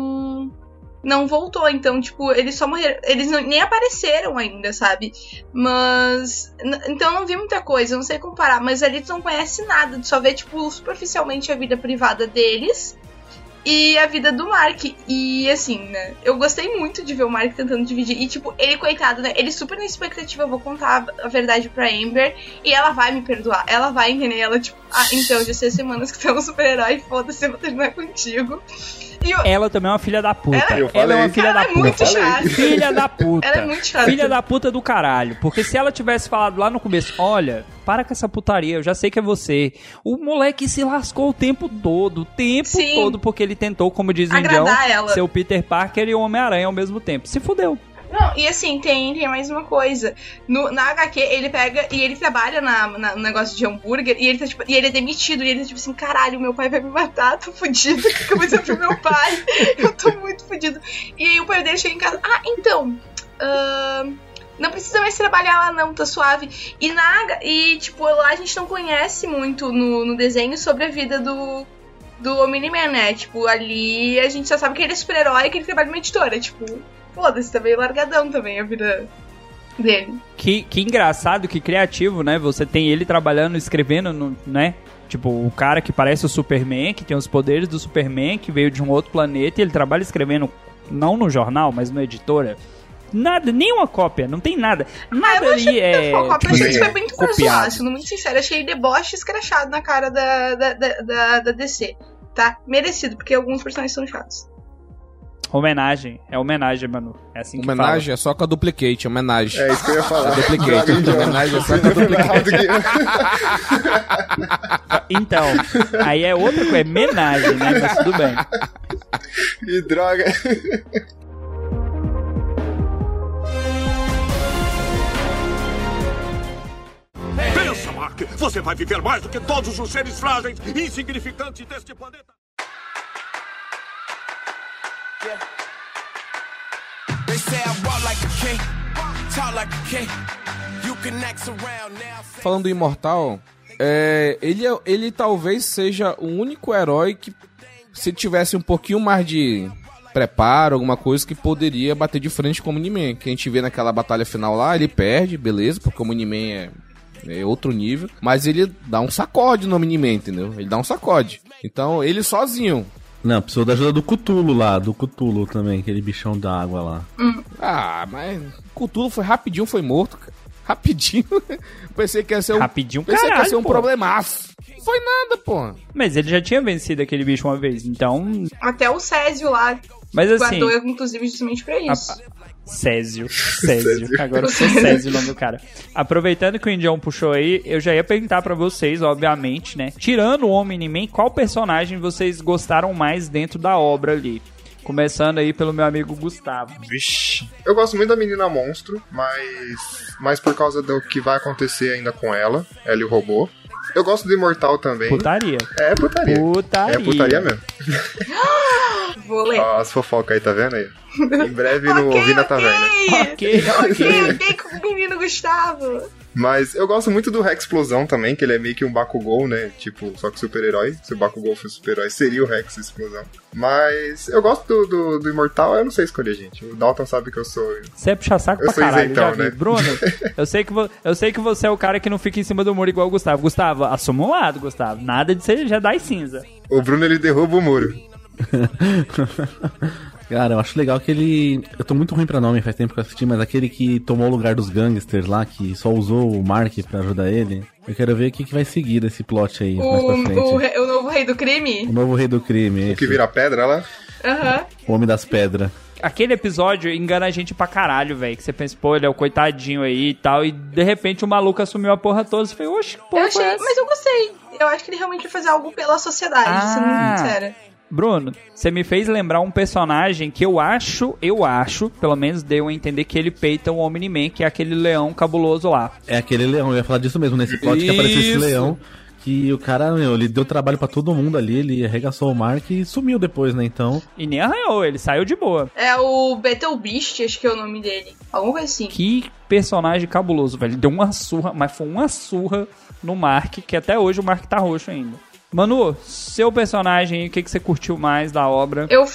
não voltou, então, tipo, eles só morreram. Eles nem apareceram ainda, sabe? Mas. Então eu não vi muita coisa, eu não sei comparar. Mas ali tu não conhece nada, tu só vê, tipo, superficialmente a vida privada deles e a vida do Mark. E assim, né? Eu gostei muito de ver o Mark tentando dividir. E, tipo, ele, coitado, né? Ele super na expectativa, eu vou contar a verdade pra Amber e ela vai me perdoar. Ela vai entender. Ela, tipo, então, já sei as semanas que tu é um super-herói, foda-se, eu vou terminar contigo. Ela também é uma filha da puta. Ela é uma filha da puta. É muito chata. Filha da puta. Ela é muito chata. Filha da puta do caralho. Porque se ela tivesse falado lá no começo, olha, para com essa putaria, eu já sei que é você. O moleque se lascou o tempo todo. Porque ele tentou, como diz o Indião, ser o Peter Parker e o Homem-Aranha ao mesmo tempo. Se fudeu. Não, e assim, tem mais uma coisa. Na HQ, ele pega e ele trabalha no negócio de hambúrguer e ele tá, tipo, e ele é demitido. E ele tá tipo assim, caralho, meu pai vai me matar, tô fudido. O que eu vou dizer pro meu pai? Eu tô muito fudido. E aí o pai dele chega em casa, não precisa mais trabalhar lá não, tá suave. E tipo, lá a gente não conhece muito no desenho sobre a vida do Omni-Man, né? Tipo, ali a gente só sabe que ele é super-herói e que ele trabalha numa editora, tipo... Foda-se, tá meio largadão também a vida dele. Que engraçado, que criativo, né? Você tem ele trabalhando, escrevendo, né? Tipo, o cara que parece o Superman, que tem os poderes do Superman, que veio de um outro planeta, e ele trabalha escrevendo não no jornal, mas no Editora, nada, nenhuma cópia, não tem nada. Nada ali é. Eu achei que foi muito pra zoar, copiado. sendo muito sincero. Achei deboche escrachado na cara da DC, tá? Merecido, porque alguns personagens são chatos. Homenagem, é homenagem, Manu. É assim que Homenagem é só com a Duplicate, homenagem. É isso que eu ia falar. Duplicate, homenagem é só com a Duplicate. fala. Então, aí é outra coisa, é homenagem, né? Mas tudo bem. Que droga. Pensa, Mark! Você vai viver mais do que todos os seres frágeis e insignificantes deste planeta. Falando do Imortal, ele talvez seja o único herói que, se tivesse um pouquinho mais de preparo, alguma coisa, que poderia bater de frente com o Omni-Man. Que a gente vê naquela batalha final lá, ele perde, beleza, porque o Omni-Man é outro nível, mas ele dá um sacode no Omni-Man, entendeu? Ele dá um sacode. Então, ele sozinho. Não, precisou da ajuda do Cthulhu lá, do Cthulhu também, aquele bichão da água lá. Ah, mas o Cthulhu foi rapidinho, foi morto, cara. Rapidinho. Pensei que ia ser Rapidinho, Pensei que ia ser um pô. problemaço. Não foi nada, pô. Mas ele já tinha vencido aquele bicho uma vez, então... Até o Césio lá Mas assim... guardou, inclusive, justamente pra isso. Césio. Agora eu sou Césio o nome do cara. Aproveitando que o Indião puxou aí, eu já ia perguntar pra vocês, obviamente, né? Tirando o Omni-Man, qual personagem vocês gostaram mais dentro da obra ali? Começando aí pelo meu amigo Gustavo. Vixe. Eu gosto muito da menina monstro, mas por causa do que vai acontecer ainda com ela e o robô. Eu gosto do Imortal também. Putaria. É putaria. Putaria. É putaria mesmo. Vou ler. Ó, as fofocas aí, tá vendo aí? Em breve no Ouvi na Taverna. Ok. Ok, com o menino Gustavo. Mas eu gosto muito do Rex Explosão também, que ele é meio que um Bakugou, né? Tipo, só que super-herói. Se o Bakugou fosse super-herói, seria o Rex Explosão. Mas eu gosto do Imortal, eu não sei escolher, gente. O Dalton sabe que eu sou... Você é puxa-saco Eu pra sou caralho, isentão, já vi. né? Bruno, eu sei que você é o cara que não fica em cima do muro igual o Gustavo. Gustavo, assuma um lado, Gustavo. Nada de ser Jedi cinza. O Bruno, ele derruba o muro. Cara, eu acho legal que ele... Eu tô muito ruim pra nome, faz tempo que eu assisti, mas aquele que tomou o lugar dos gangsters lá, que só usou o Mark pra ajudar ele. Eu quero ver o que vai seguir desse plot aí, mais pra frente. O novo rei do crime? O novo rei do crime, O esse. que vira pedra lá. Aham. O Homem das Pedras. Aquele episódio engana a gente pra caralho, velho. Que você pensa, pô, ele é o coitadinho aí e tal. E de repente o maluco assumiu a porra toda. Você falou, oxe, porra, Eu achei, mas eu gostei. Eu acho que ele realmente vai fazer algo pela sociedade, sendo muito sincera. Bruno, você me fez lembrar um personagem que eu acho, pelo menos deu a entender que ele peita o Omni-Man, que é aquele leão cabuloso lá. É aquele leão, eu ia falar disso mesmo, nesse plot que apareceu esse leão. Que o cara, ele deu trabalho pra todo mundo ali, ele arregaçou o Mark e sumiu depois, né, então... E nem arranhou, ele saiu de boa. É o Betelgeuse, acho que é o nome dele. Alguma coisa assim. Que personagem cabuloso, velho. Ele deu uma surra, mas foi uma surra no Mark, que até hoje o Mark tá roxo ainda. Manu, seu personagem, o que você curtiu mais da obra? Eu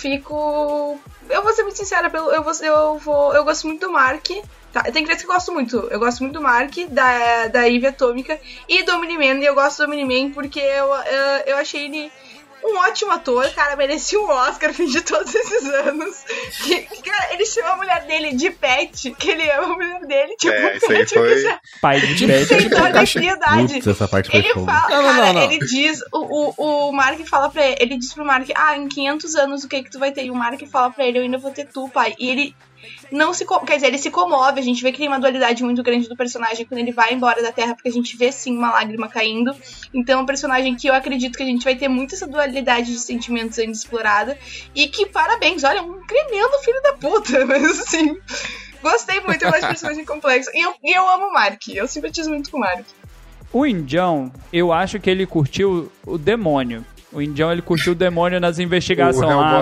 vou ser muito sincera, eu gosto muito do Mark. Tá, tem coisas que eu gosto muito. Eu gosto muito do Mark, da Eve Atômica e do Omni-Man. E eu gosto do Omni-Man porque eu achei ele um ótimo ator, cara, merecia um Oscar fim de todos esses anos. Cara, ele chama a mulher dele de Pet, que ele ama a mulher dele, tipo, isso aí Pet, foi... Pai de Pet. sem dó nem piedade. Putz, essa parte foi Ele fogo. fala, Não. ele diz, o Mark fala pra ele, ele diz pro Mark, em 500 anos o que tu vai ter? E o Mark fala pra ele, eu ainda vou ter tu, pai. E ele não se... Quer dizer, ele se comove, a gente vê que tem uma dualidade muito grande do personagem quando ele vai embora da Terra, porque a gente vê, sim, uma lágrima caindo. Então é um personagem que eu acredito que a gente vai ter muito essa dualidade de sentimentos ainda explorada. E que, parabéns, olha, um tremendo filho da puta, mas assim... Gostei muito, eu gosto de personagem complexo. E eu amo o Mark, eu simpatizo muito com o Mark. O Indião, eu acho que ele curtiu o demônio. O Indião, ele curtiu o demônio nas investigações lá.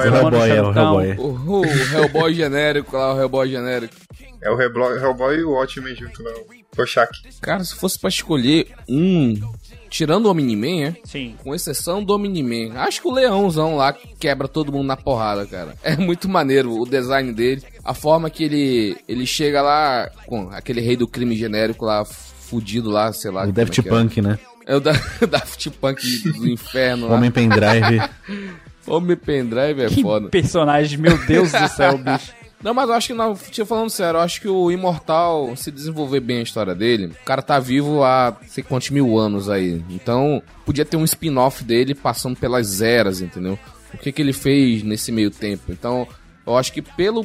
O Hellboy genérico lá, o Hellboy genérico. É o Hellboy e o Watchmen junto, não. Rorschach. Cara, se fosse pra escolher tirando o Omni-Man, Sim. com exceção do Omni-Man, acho que o leãozão lá quebra todo mundo na porrada, cara. É muito maneiro o design dele, a forma que ele chega lá com aquele rei do crime genérico lá, fudido lá, sei lá. O Daft Punk, né? É o Daft Punk do inferno O lá. Homem Pendrive. Homem pendrive é Que foda. personagem, meu Deus do céu, bicho. Não, mas eu acho que, não, falando sério, eu acho que o Imortal, se desenvolver bem a história dele, o cara tá vivo há sei quantos mil anos aí. Então, podia ter um spin-off dele passando pelas eras, entendeu? O que ele fez nesse meio tempo. Então, eu acho que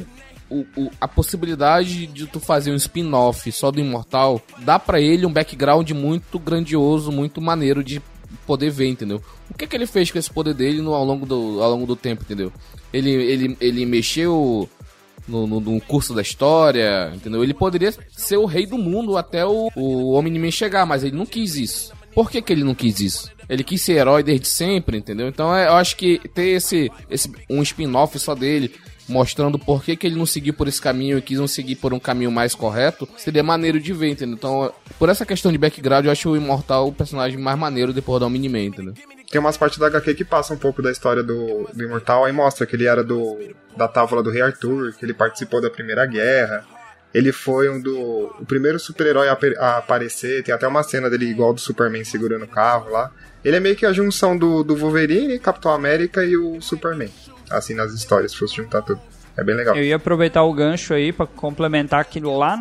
a possibilidade de tu fazer um spin-off só do Imortal, dá pra ele um background muito grandioso, muito maneiro de poder ver, entendeu? O que ele fez com esse poder dele ao longo do tempo, entendeu? Ele mexeu no curso da história, entendeu? Ele poderia ser o rei do mundo até o Omni-Man chegar, mas ele não quis isso. Por que ele não quis isso? Ele quis ser herói desde sempre, entendeu? Então eu acho que ter um spin-off só dele, mostrando por que ele não seguiu por esse caminho e quis não seguir por um caminho mais correto, seria maneiro de ver, entendeu? Então, por essa questão de background, eu acho o Imortal o personagem mais maneiro depois do Omni-Man, entendeu? Tem umas partes da HQ que passa um pouco da história do Imortal, aí mostra que ele era da Távola do Rei Arthur, que ele participou da Primeira Guerra, ele foi o primeiro super-herói a aparecer, tem até uma cena dele igual do Superman segurando o carro lá. Ele é meio que a junção do Wolverine, Capitão América e o Superman, assim nas histórias, se fosse juntar tudo. É bem legal. Eu ia aproveitar o gancho aí pra complementar que lá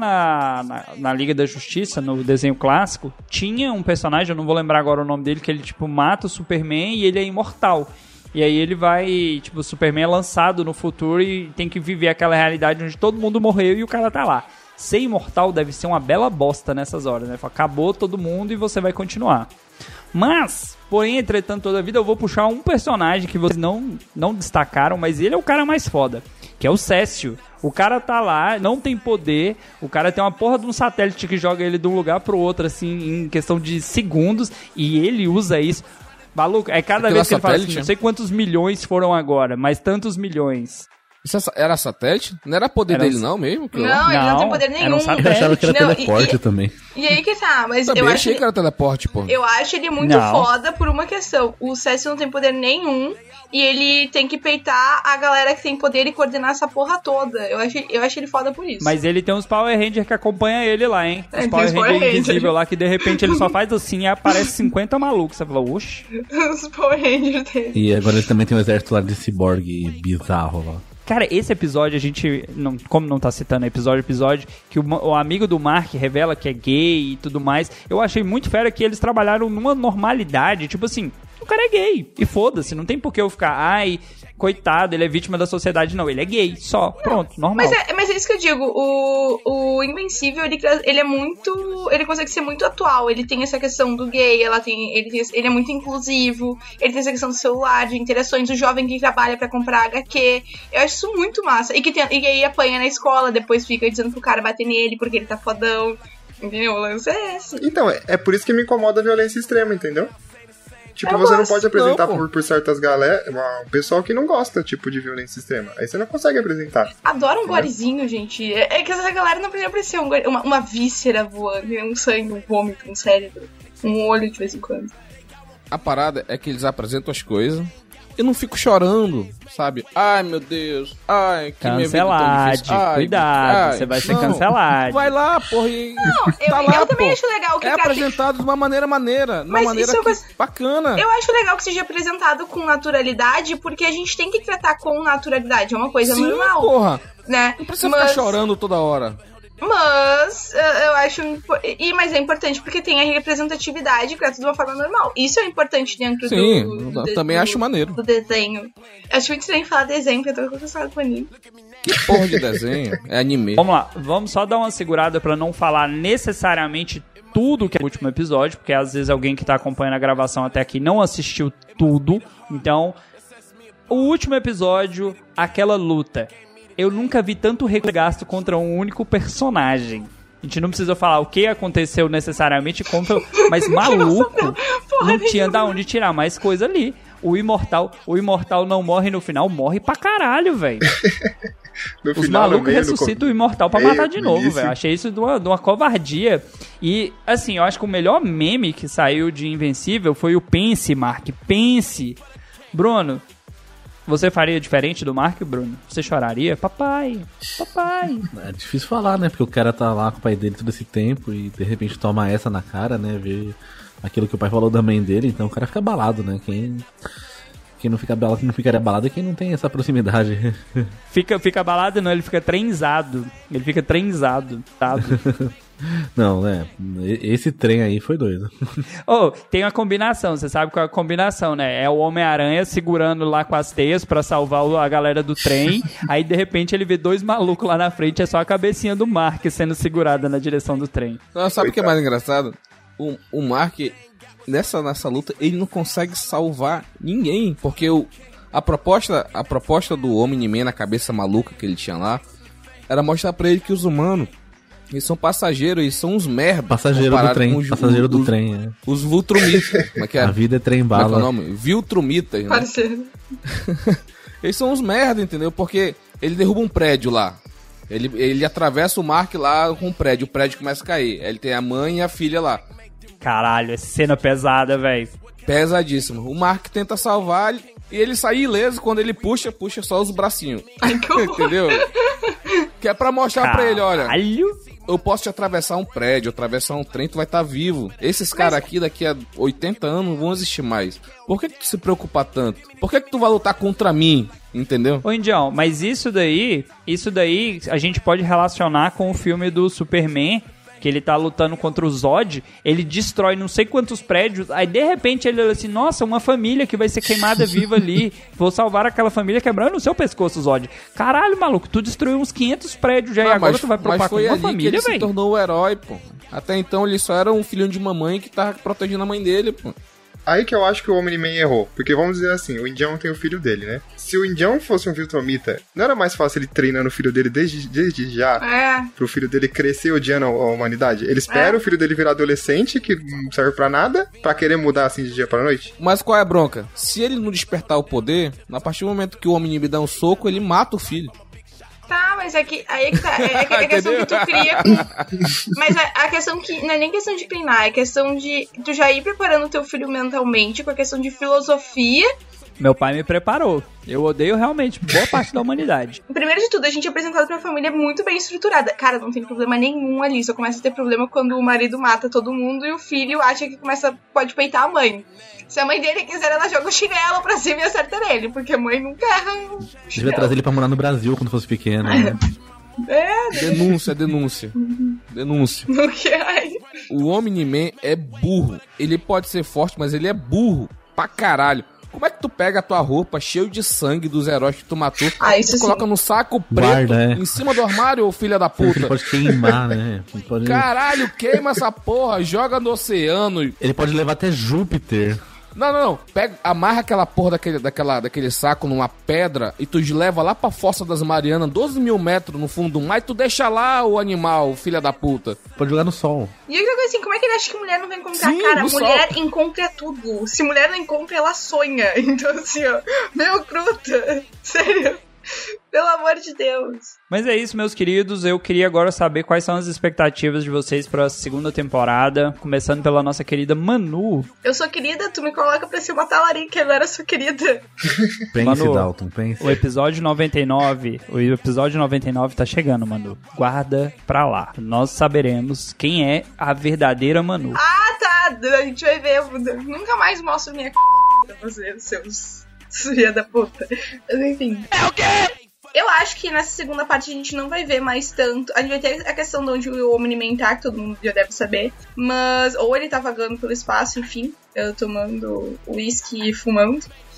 na Liga da Justiça, no desenho clássico, tinha um personagem, eu não vou lembrar agora o nome dele, que ele tipo mata o Superman e ele é imortal. E aí ele vai, tipo, o Superman é lançado no futuro e tem que viver aquela realidade onde todo mundo morreu e o cara tá lá. Ser imortal deve ser uma bela bosta nessas horas, né? Acabou todo mundo e você vai continuar. Mas, porém, entretanto, toda a vida eu vou puxar um personagem que vocês não destacaram, mas ele é o cara mais foda, que é o Cécio. O cara tá lá, não tem poder, o cara tem uma porra de um satélite que joga ele de um lugar pro outro, assim, em questão de segundos, e ele usa isso. Maluco, é cada vez que ele fala assim, não sei quantos milhões foram agora, mas tantos milhões. Isso era satélite? Não era poder dele não mesmo? Não, ele não tem poder nenhum. Era um satélite. Eu achava que era teleporte também. E aí que tá, mas também eu achei que era teleporte, pô. Eu acho ele muito foda por uma questão. O Cécio não tem poder nenhum e ele tem que peitar a galera que tem poder e coordenar essa porra toda. Eu acho ele foda por isso. Mas ele tem uns Power Rangers que acompanham ele lá, hein? Os Power Rangers invisíveis lá que de repente ele só faz assim e aparece 50 malucos. Você fala, oxi. Os Power Rangers dele. E agora ele também tem um exército lá de ciborgue bizarro lá. Cara, esse episódio a gente, como não tá citando episódio, que o amigo do Mark revela que é gay e tudo mais, eu achei muito fera que eles trabalharam numa normalidade, tipo assim, o cara é gay, e foda-se, não tem por que eu ficar, ai, coitado, ele é vítima da sociedade, não, ele é gay, só, pronto, normal. Mas é isso que eu digo, o Invencível, ele é muito, ele consegue ser muito atual, ele tem essa questão do gay, ele é muito inclusivo, ele tem essa questão do celular, de interações, o jovem que trabalha pra comprar HQ, eu acho isso muito massa, e aí apanha na escola, depois fica dizendo pro cara bater nele porque ele tá fodão, entendeu? O lance é esse. Então, é por isso que me incomoda a violência extrema, entendeu? Tipo, você não pode apresentar por certas galera, um pessoal que não gosta, tipo, de violência extrema. Aí você não consegue apresentar. Adoro um gorezinho, gente. É que essa galera não precisa aparecer uma víscera voando, um sangue, um vômito, um cérebro, um olho de vez em quando. A parada é que eles apresentam as coisas. Eu não fico chorando, sabe? Ai, meu Deus. Ai, que minha vida tão difícil. Ai, cuidado, você vai ser cancelado. Vai lá, porra. Eu também acho legal que apresentado de uma maneira maneira. De uma maneira bacana. Eu acho legal que seja apresentado com naturalidade, porque a gente tem que tratar com naturalidade. É uma coisa normal. Porra. Né? Não precisa ficar chorando toda hora. Mas eu acho. Mas é importante porque tem a representatividade que é de uma forma normal. Isso é importante dentro do também acho maneiro. Do desenho. Acho muito estranho falar desenho, porque eu tô acostumado com anime. Que porra de desenho? É anime. Vamos lá, vamos só dar uma segurada pra não falar necessariamente tudo que é o último episódio, porque às vezes alguém que tá acompanhando a gravação até aqui não assistiu tudo. Então, o último episódio, aquela luta. Eu nunca vi tanto recurso gasto contra um único personagem. A gente não precisa falar o que aconteceu necessariamente, mas maluco, não tinha da onde tirar mais coisa ali. O imortal não morre no final, morre pra caralho, velho. Os malucos ressuscitam o imortal pra matar de novo, velho. Achei isso de uma covardia. E, assim, eu acho que o melhor meme que saiu de Invencível foi o Pense, Mark. Pense. Bruno, você faria diferente do Mark, Bruno? Você choraria? Papai. É difícil falar, né? Porque o cara tá lá com o pai dele todo esse tempo e de repente toma essa na cara, né? Ver aquilo que o pai falou da mãe dele, então o cara fica abalado, né? Quem Quem não ficaria abalado é quem não tem essa proximidade. Fica abalado, não, ele fica trenzado. Ele fica trenzado, tá? Não, esse trem aí foi doido. Tem uma combinação, você sabe qual é a combinação, né? É o Homem-Aranha segurando lá com as teias pra salvar a galera do trem, aí de repente ele vê dois malucos lá na frente, é só a cabecinha do Mark sendo segurada na direção do trem. Não, sabe o que é mais engraçado? O Mark, nessa luta, ele não consegue salvar ninguém, porque a proposta do Omni-Man na cabeça maluca que ele tinha lá, era mostrar pra ele que os humanos, eles são passageiros, eles são uns merda. Passageiro do trem. Passageiro do trem, Os Viltrumitas. Como é que é? A vida é trem bala. Como é que é o nome? Viltrumitas, né? Parceiro. Eles são uns merda, entendeu? Porque ele derruba um prédio lá. Ele atravessa o Mark lá com um prédio. O prédio começa a cair. Aí ele tem a mãe e a filha lá. Caralho, essa cena pesada, velho. Pesadíssimo. O Mark tenta salvar e ele sai ileso. Quando ele puxa só os bracinhos. Ai, que horror. Entendeu? Que é pra mostrar pra ele, olha... Caralho. Eu posso te atravessar um prédio, atravessar um trem, tu vai estar vivo. Esses caras aqui, daqui a 80 anos, não vão existir mais. Por que tu se preocupa tanto? Por que tu vai lutar contra mim? Entendeu? Ô, Indião, mas isso daí a gente pode relacionar com o filme do Superman, que ele tá lutando contra o Zod, ele destrói não sei quantos prédios, aí de repente ele olha assim, nossa, uma família que vai ser queimada viva ali, vou salvar aquela família quebrando o seu pescoço, Zod. Caralho, maluco, tu destruiu uns 500 prédios já e agora tu vai preocupar com uma família, velho. Ele se tornou o herói, pô. Até então ele só era um filhinho de mamãe que tava protegendo a mãe dele, pô. Aí que eu acho que o Omni-Man errou. Porque vamos dizer assim, o Indião tem o filho dele, né? Se o Indião fosse um Viltrumita, não era mais fácil ele treinando o filho dele desde já? Pro filho dele crescer odiando a humanidade? Ele espera o filho dele virar adolescente, que não serve pra nada, pra querer mudar assim de dia pra noite? Mas qual é a bronca? Se ele não despertar o poder, a partir do momento que o Omni-Man dá um soco, ele mata o filho. Tá, mas aí é que tá. É a questão que tu cria com... Mas a questão que... Não é nem questão de treinar, é questão de tu já ir preparando o teu filho mentalmente com a questão de filosofia. Meu pai me preparou. Eu odeio realmente boa parte da humanidade. Primeiro de tudo, a gente é apresentado pra uma família muito bem estruturada. Cara, não tem problema nenhum ali. Só começa a ter problema quando o marido mata todo mundo e o filho acha que pode peitar a mãe. Se a mãe dele quiser, ela joga o chinelo pra cima e acerta nele, porque a mãe nunca erra o chinelo. Devia trazer ele pra morar no Brasil quando fosse pequeno, né? Denúncia. Okay. O Omni-Man é burro. Ele pode ser forte, mas ele é burro pra caralho. Como é que tu pega a tua roupa cheio de sangue dos heróis que tu matou e coloca no saco preto em cima do armário, ô filha da puta? Ele pode queimar, né? Caralho, queima essa porra, joga no oceano. Ele pode levar até Júpiter. Não. Amarra aquela porra daquele saco numa pedra e tu leva lá pra Fossa das Marianas, 12 mil metros no fundo do mar, e tu deixa lá o animal, filha da puta. Pode jogar no sol. E outra coisa assim, como é que ele acha que mulher não vai encontrar? Sim, cara, mulher encontra tudo. Se mulher não encontra, ela sonha. Então assim, ó, meu truta, sério. Pelo amor de Deus. Mas é isso, meus queridos. Eu queria agora saber quais são as expectativas de vocês para a segunda temporada. Começando pela nossa querida Manu. Eu sou querida, tu me coloca pra ser uma talarica, eu era sua querida. Pense, Manu, Dalton, pense. O episódio 99 tá chegando, Manu. Guarda pra lá. Nós saberemos quem é a verdadeira Manu. Ah, tá. A gente vai ver. Eu nunca mais mostro minha pra vocês, seus... Filha da puta. Mas enfim. É o quê? Eu acho que nessa segunda parte a gente não vai ver mais tanto. A gente vai ter a questão de onde o Omni-Man tá, que todo mundo já deve saber. Mas, ou ele tá vagando pelo espaço, enfim, tomando uísque e fumando.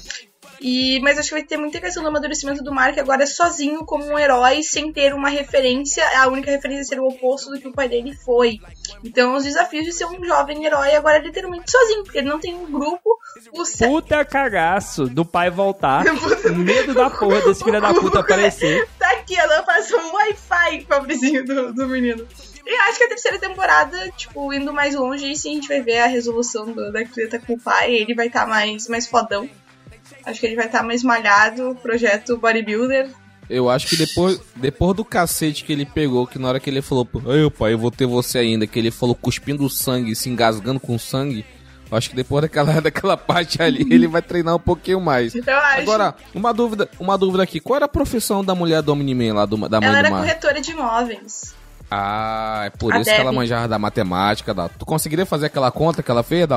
Mas acho que vai ter muita questão do amadurecimento do Mark agora sozinho como um herói, sem ter uma referência, a única referência ser o oposto do que o pai dele foi. Então os desafios de ser um jovem herói agora é literalmente sozinho, porque ele não tem um grupo. Puta cagaço do pai voltar, medo da porra desse filho da puta aparecer. Tá aqui, ela passou um Wi-Fi, pobrezinho do menino. E acho que a terceira temporada, tipo, indo mais longe, e sim a gente vai ver a resolução da treta com o pai, ele vai estar mais fodão. Acho que ele vai estar mais malhado, projeto bodybuilder. Eu acho que depois do cacete que ele pegou, que na hora que ele falou, ai pai, eu vou ter você ainda, que ele falou cuspindo sangue, se engasgando com sangue, eu acho que depois daquela parte ali, ele vai treinar um pouquinho mais. Eu acho. Agora, uma dúvida aqui, qual era a profissão da mulher do Omni-Man lá, da mãe do Mar? Ela era corretora de imóveis. Ah, é por isso que ela manjava da matemática, Dalton. Tu conseguiria fazer aquela conta que ela fez, Dalton?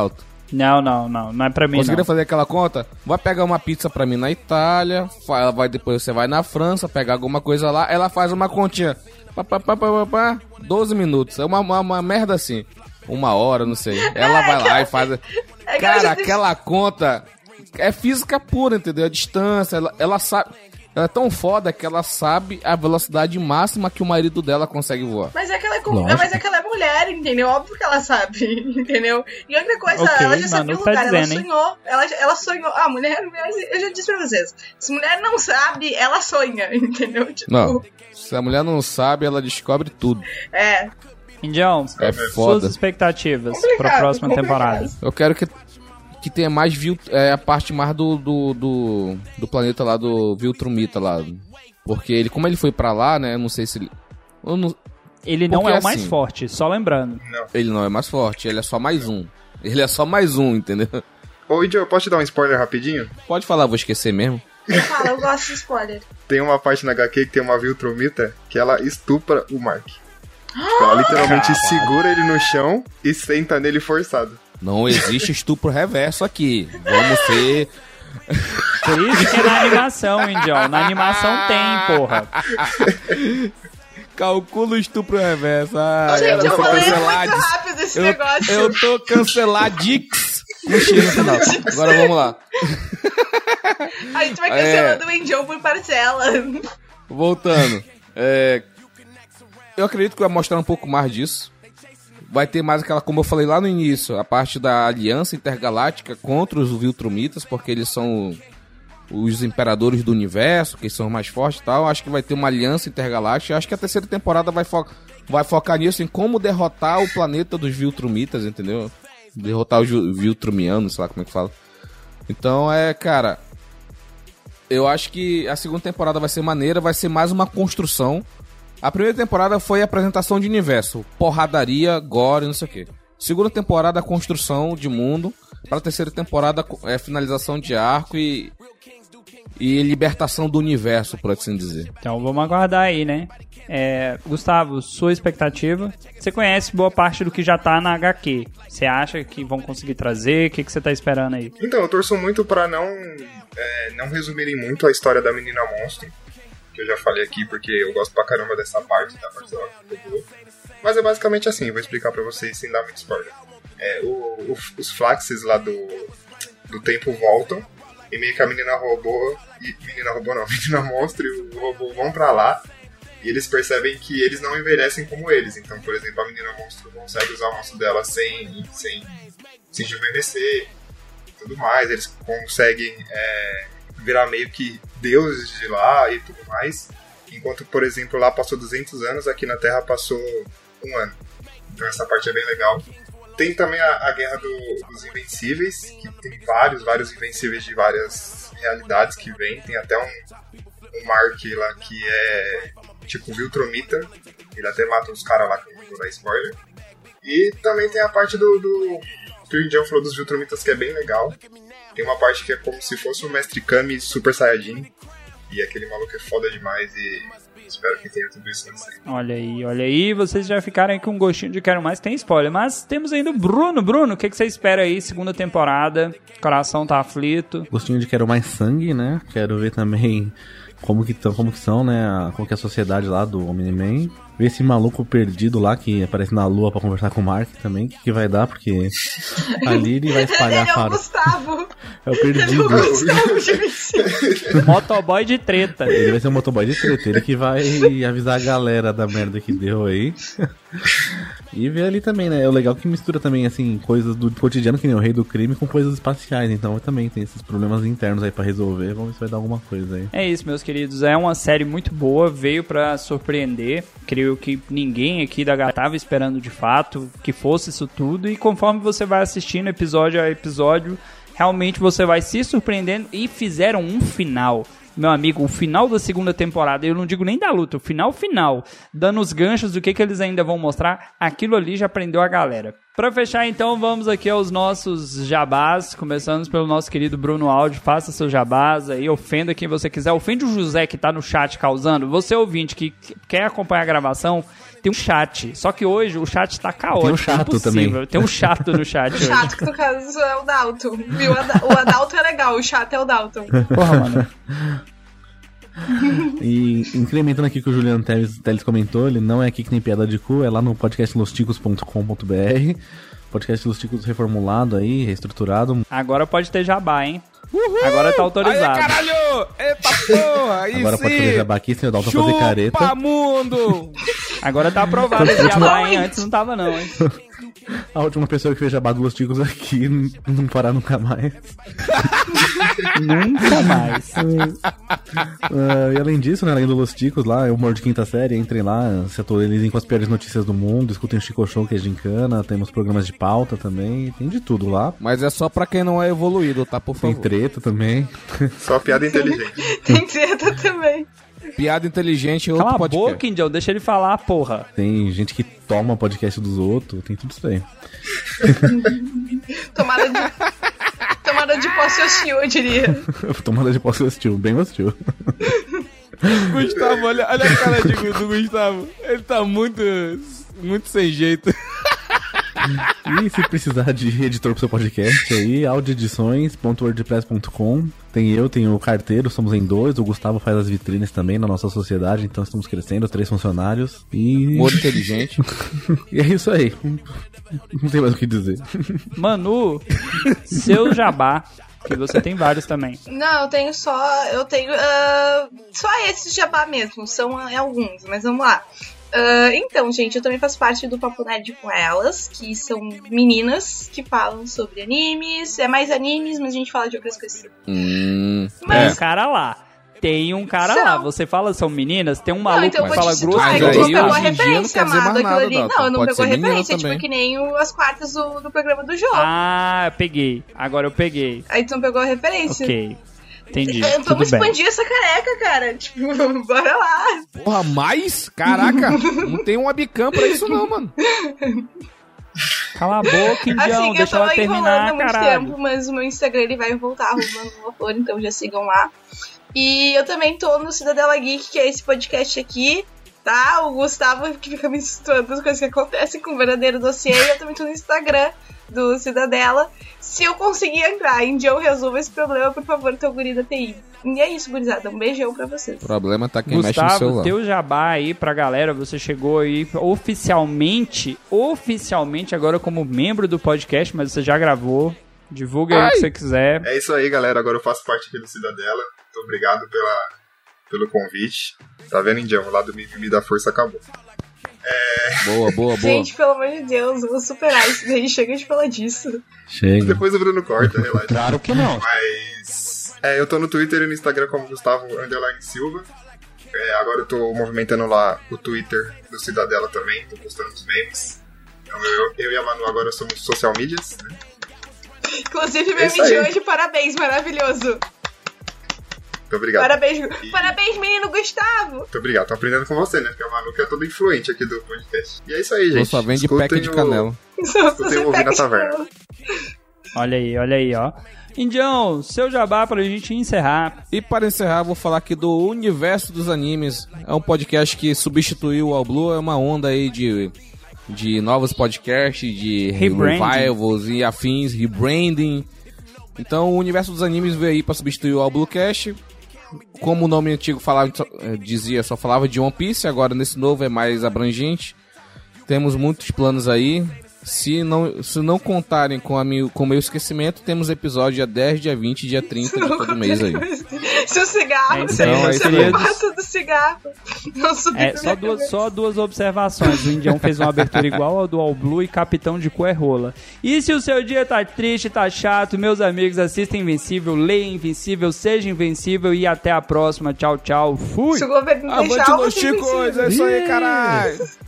Não é pra mim, Conseguiria não. fazer aquela conta? Vai pegar uma pizza pra mim na Itália, depois você vai na França, pegar alguma coisa lá, ela faz uma continha. 12 minutos. É uma merda assim. 1 hora, não sei. Ela vai lá e faz... Cara, aquela conta é física pura, entendeu? A distância, ela sabe... Ela é tão foda que ela sabe a velocidade máxima que o marido dela consegue voar. Mas é que ela é mulher, entendeu? Óbvio que ela sabe, entendeu? E outra coisa, Ok, ela já sabia o Manu tá lugar, ela dizendo, sonhou. Ela sonhou. A mulher, eu já disse pra vocês. Se mulher não sabe, ela sonha, entendeu? Tipo, Não, se a mulher não sabe, ela descobre tudo. É. Indião, É suas foda. expectativas pra próxima temporada. Eu quero que tenha mais a parte mais do planeta lá, do Viltrumita lá. Porque ele, como ele foi pra lá, né, eu não sei se ele... Ele não Porque, é o mais assim, forte, só lembrando. Ele não é mais forte, ele é só mais um. Ele é só mais um, entendeu? Ô, Idio, eu posso te dar um spoiler rapidinho? Pode falar, vou esquecer mesmo. Fala, eu gosto de spoiler. Tem uma parte na HQ que tem uma Viltrumita que ela estupra o Mark. Tipo, ela literalmente segura ele no chão e senta nele forçado. Não existe estupro reverso aqui. Vamos ser... Por isso que é na animação, Indião. Na animação tem, porra. Calcula o estupro reverso. Gente, eu falei muito cancelado. rápido esse negócio. Eu tô canceladix. Com X no final. Agora vamos lá. A gente vai cancelando o Indião por parcela. Voltando. Eu acredito que vai mostrar um pouco mais disso. Vai ter mais aquela, como eu falei lá no início, a parte da aliança intergaláctica contra os Viltrumitas, porque eles são os imperadores do universo, que são mais fortes e tal. Acho que vai ter uma aliança intergaláctica. Acho que a terceira temporada vai focar nisso, em como derrotar o planeta dos Viltrumitas, entendeu? Derrotar os Viltrumianos, sei lá como é que fala. Então, cara... Eu acho que a segunda temporada vai ser maneira, vai ser mais uma construção. A primeira temporada foi a apresentação de universo, porradaria, gore, não sei o quê. Segunda temporada, construção de mundo. Para a terceira temporada, finalização de arco e libertação do universo, por assim dizer. Então vamos aguardar aí, né? Gustavo, sua expectativa? Você conhece boa parte do que já tá na HQ. Você acha que vão conseguir trazer? O que você tá esperando aí? Então, eu torço muito pra não resumirem muito a história da menina monstro, que eu já falei aqui, porque eu gosto pra caramba dessa parte da parcela que eu. Mas é basicamente assim, vou explicar pra vocês sem dar muito spoiler. Os Flaxes lá do tempo voltam, e meio que a menina monstro e o robô vão pra lá, e eles percebem que eles não envelhecem como eles. Então, por exemplo, a menina monstro consegue usar o monstro dela sem rejuvenescer e tudo mais. Eles conseguem virar meio que deuses de lá e tudo mais. Enquanto, por exemplo, lá passou 200 anos, aqui na Terra passou 1 ano. Então essa parte é bem legal. Tem também a guerra dos Invencíveis, que tem vários Invencíveis de várias realidades que vem. Tem até um Mark lá que é tipo Viltrumita. Ele até mata uns caras lá, que eu não vou dar spoiler. E também tem a parte que o Indião falou dos Viltrumitas, que é bem legal. Tem uma parte que é como se fosse o Mestre Kami Super Saiyajin. E aquele maluco é foda demais e espero que tenha tudo isso na série. Olha aí, vocês já ficaram aí com um gostinho de quero mais, tem spoiler. Mas temos ainda o Bruno. Bruno, o que você espera aí, segunda temporada? Coração tá aflito. Gostinho de quero mais sangue, né? Quero ver também como que são, né? Como que é a sociedade lá do Omni-Man. Ver esse maluco perdido lá que aparece na lua pra conversar com o Mark também. O que vai dar, porque ali ele vai espalhar Ele é o Gustavo. É o perdido. Motoboy de treta. Ele vai ser um motoboy de treta. Ele que vai avisar a galera da merda que deu aí. E ver ali também, né? É o legal que mistura também, assim, coisas do cotidiano, que nem o Rei do Crime, com coisas espaciais. Então também tem esses problemas internos aí pra resolver. Vamos ver se vai dar alguma coisa aí. É isso, meus queridos. É uma série muito boa. Veio pra surpreender. Creio que ninguém aqui da Gata estava esperando de fato que fosse isso tudo. E conforme você vai assistindo episódio a episódio, realmente você vai se surpreendendo. E fizeram um final. Meu amigo, o final da segunda temporada, eu não digo nem da luta, o final, dando os ganchos do que eles ainda vão mostrar, aquilo ali já prendeu a galera. Pra fechar, então, vamos aqui aos nossos jabás. Começando pelo nosso querido Bruno Aldi. Faça seus jabás aí, ofenda quem você quiser. Ofende o José que tá no chat causando. Você, ouvinte, que quer acompanhar a gravação, tem um chat. Só que hoje o chat tá caótico. Tem um chato também. Tem um chato no chat hoje. O chato, que no caso é o Dalton. Viu? O Adalto é legal, o chato é o Dalton. Porra, mano. E incrementando aqui que o Juliano Teles comentou, ele não é aqui que nem piada de cu, é lá no podcastlosticos.com.br. Podcast Los Ticos reformulado aí, reestruturado. Agora pode ter jabá, hein? Uhul! Agora tá autorizado. Aí, caralho! Eita porra! Aí agora sim. Pode fazer jabá aqui sem o Dalton fazer careta. Chupa mundo! Agora tá aprovado esse jabá, hein? Antes não tava não, hein? A última pessoa que fez jabá do Los Ticos aqui não parar nunca mais. Nunca mais. E além disso, né, além do Los Ticos lá, é o humor de quinta série, entrem lá, se atualizem com as piores notícias do mundo, escutem o Chico Show, que é gincana, temos programas de pauta também, tem de tudo lá. Mas é só pra quem não é evoluído, tá, por favor. Tem treta também. Só piada inteligente. Tem treta também. Piada inteligente, outro Cala podcast. a boca, Indião, deixa ele falar, porra. Tem gente que toma podcast dos outros, tem tudo isso aí. Tomada de posse hostil, eu diria. Tomada de posse hostil, bem hostil. Gustavo, olha a cara do Gustavo. Ele tá muito sem jeito. E se precisar de editor pro seu podcast aí, audioedições.wordpress.com. Tem o carteiro, somos em 2. O Gustavo faz as vitrines também na nossa sociedade, então estamos crescendo, 3 funcionários. E... Muito inteligente. E é isso aí. Não tem mais o que dizer. Manu, seu jabá, que você tem vários também. Não, eu tenho só esses jabá mesmo, são alguns, mas vamos lá. Então, gente, eu também faço parte do Papo Nerd com Elas, que são meninas que falam sobre animes. É mais animes, mas a gente fala de outras coisas. Mas... Tem um cara lá. Você fala são meninas, tem um maluco então que fala grosso. Mas aí tu pegou a hoje em dia não referência, quer dizer mais amado, aquilo nada, ali. Dalton. Não, não Pode pegou a ser menina referência, também. tipo que nem as quartas do programa do jogo. Ah, peguei. Agora eu peguei. Aí tu não pegou a referência. Ok. Entendi. Vamos expandir essa careca, cara. Tipo, bora lá. Porra, mais? Caraca, não tem um webcam pra isso não, mano. Cala a boca, Indião, Assim, deixa eu tô ela terminar, enrolando há muito caralho. tempo, mas o meu Instagram ele vai voltar arrumando uma flor, então já sigam lá. E eu também tô no Cidadela Geek, que é esse podcast aqui, tá? O Gustavo que fica me situando as coisas que acontecem com o verdadeiro dossiê. E eu também tô no Instagram do Cidadela. Se eu conseguir entrar, Indião, resolva esse problema, por favor, teu guri da TI. E é isso, gurizada. Um beijão pra vocês. O problema tá quem mexe no Gustavo, celular. teu jabá aí pra galera, você chegou aí oficialmente agora como membro do podcast, mas você já gravou. Divulga aí o que você quiser. É isso aí, galera. Agora eu faço parte aqui do Cidadela. Muito obrigado pelo convite. Tá vendo, Indião? O lado me da força acabou. Boa. Gente, pelo amor de Deus, eu vou superar isso daí. Chega de falar disso. Chega. Depois o Bruno corta, relaxa. Claro que não. Mas... eu tô no Twitter e no Instagram como Gustavo_Silva. Agora eu tô movimentando lá o Twitter do Cidadela também. Tô postando os memes. Então eu e a Manu agora somos social medias, né? Inclusive, meme de hoje, parabéns, maravilhoso. Muito obrigado. Parabéns, menino Gustavo. Muito obrigado. Tô aprendendo com você, né? Porque a Manu que é toda influente aqui do podcast. E é isso aí, gente. Eu só vende pack de canela. Escutem o Ouvir na Taverna. Olha aí, ó. Indião, seu jabá pra gente encerrar. E para encerrar, vou falar aqui do Universo dos Animes. É um podcast que substituiu o All Blue. É uma onda aí de novos podcasts, de revivals e afins, rebranding. Então o Universo dos Animes veio aí pra substituir o All Blue Cast. Como o nome antigo dizia, só falava de One Piece. Agora nesse novo é mais abrangente. Temos muitos planos aí. Se não contarem com o meu esquecimento, temos episódio dia 10, dia 20 dia 30 de todo mês aí. Se o cigarro, queridos. do cigarro. Não Só duas observações. O Indião fez uma abertura igual ao do All Blue e Capitão de Cu é rola. E se o seu dia tá triste, tá chato, meus amigos, assistam Invencível, leiam Invencível, seja Invencível e até a próxima. Tchau, tchau. Fui! Se o governo deixar, Avante, Los Chicos! É isso aí, caralho!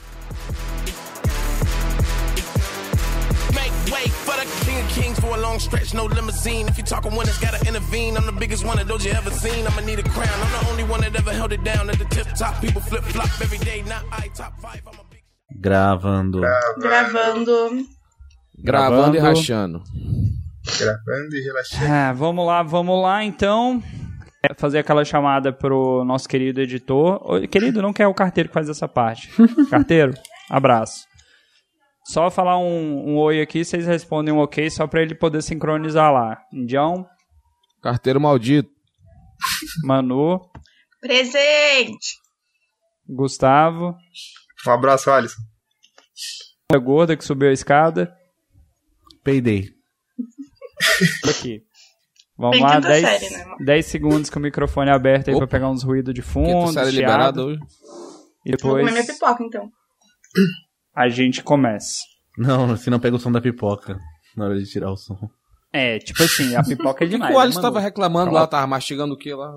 Wait for the king of kings for a long stretch, no limousine. If you're talking winners, gotta intervene. I'm the biggest one of those you ever seen. I'ma need a crown. I'm the only one that ever held it down at the tip top. People flip flop every day, not I top 5. I'm a big... Gravando. Gravando e rachando. Gravando e relaxando. Vamos lá, então. Fazer aquela chamada pro nosso querido editor. Querido, não quer o carteiro que faz essa parte. Carteiro, abraço. Só falar um oi aqui, vocês respondem um ok, só pra ele poder sincronizar lá. Indião. Carteiro maldito. Manu. Presente! Gustavo. Um abraço, Alisson. A gorda que subiu a escada. Peidei. Aqui. Vamos lá, Bem-vindo à série, né, 10 segundos com o microfone aberto aí Opa. pra pegar uns ruídos de Quinta fundo, série chiado, liberada hoje. e Vou comer minha depois pipoca, então. a gente começa. Não, se não pega o som da pipoca na hora de tirar o som. É, tipo assim, a pipoca é demais. O Alisson né, tava Manu? reclamando lá, tava mastigando o que lá?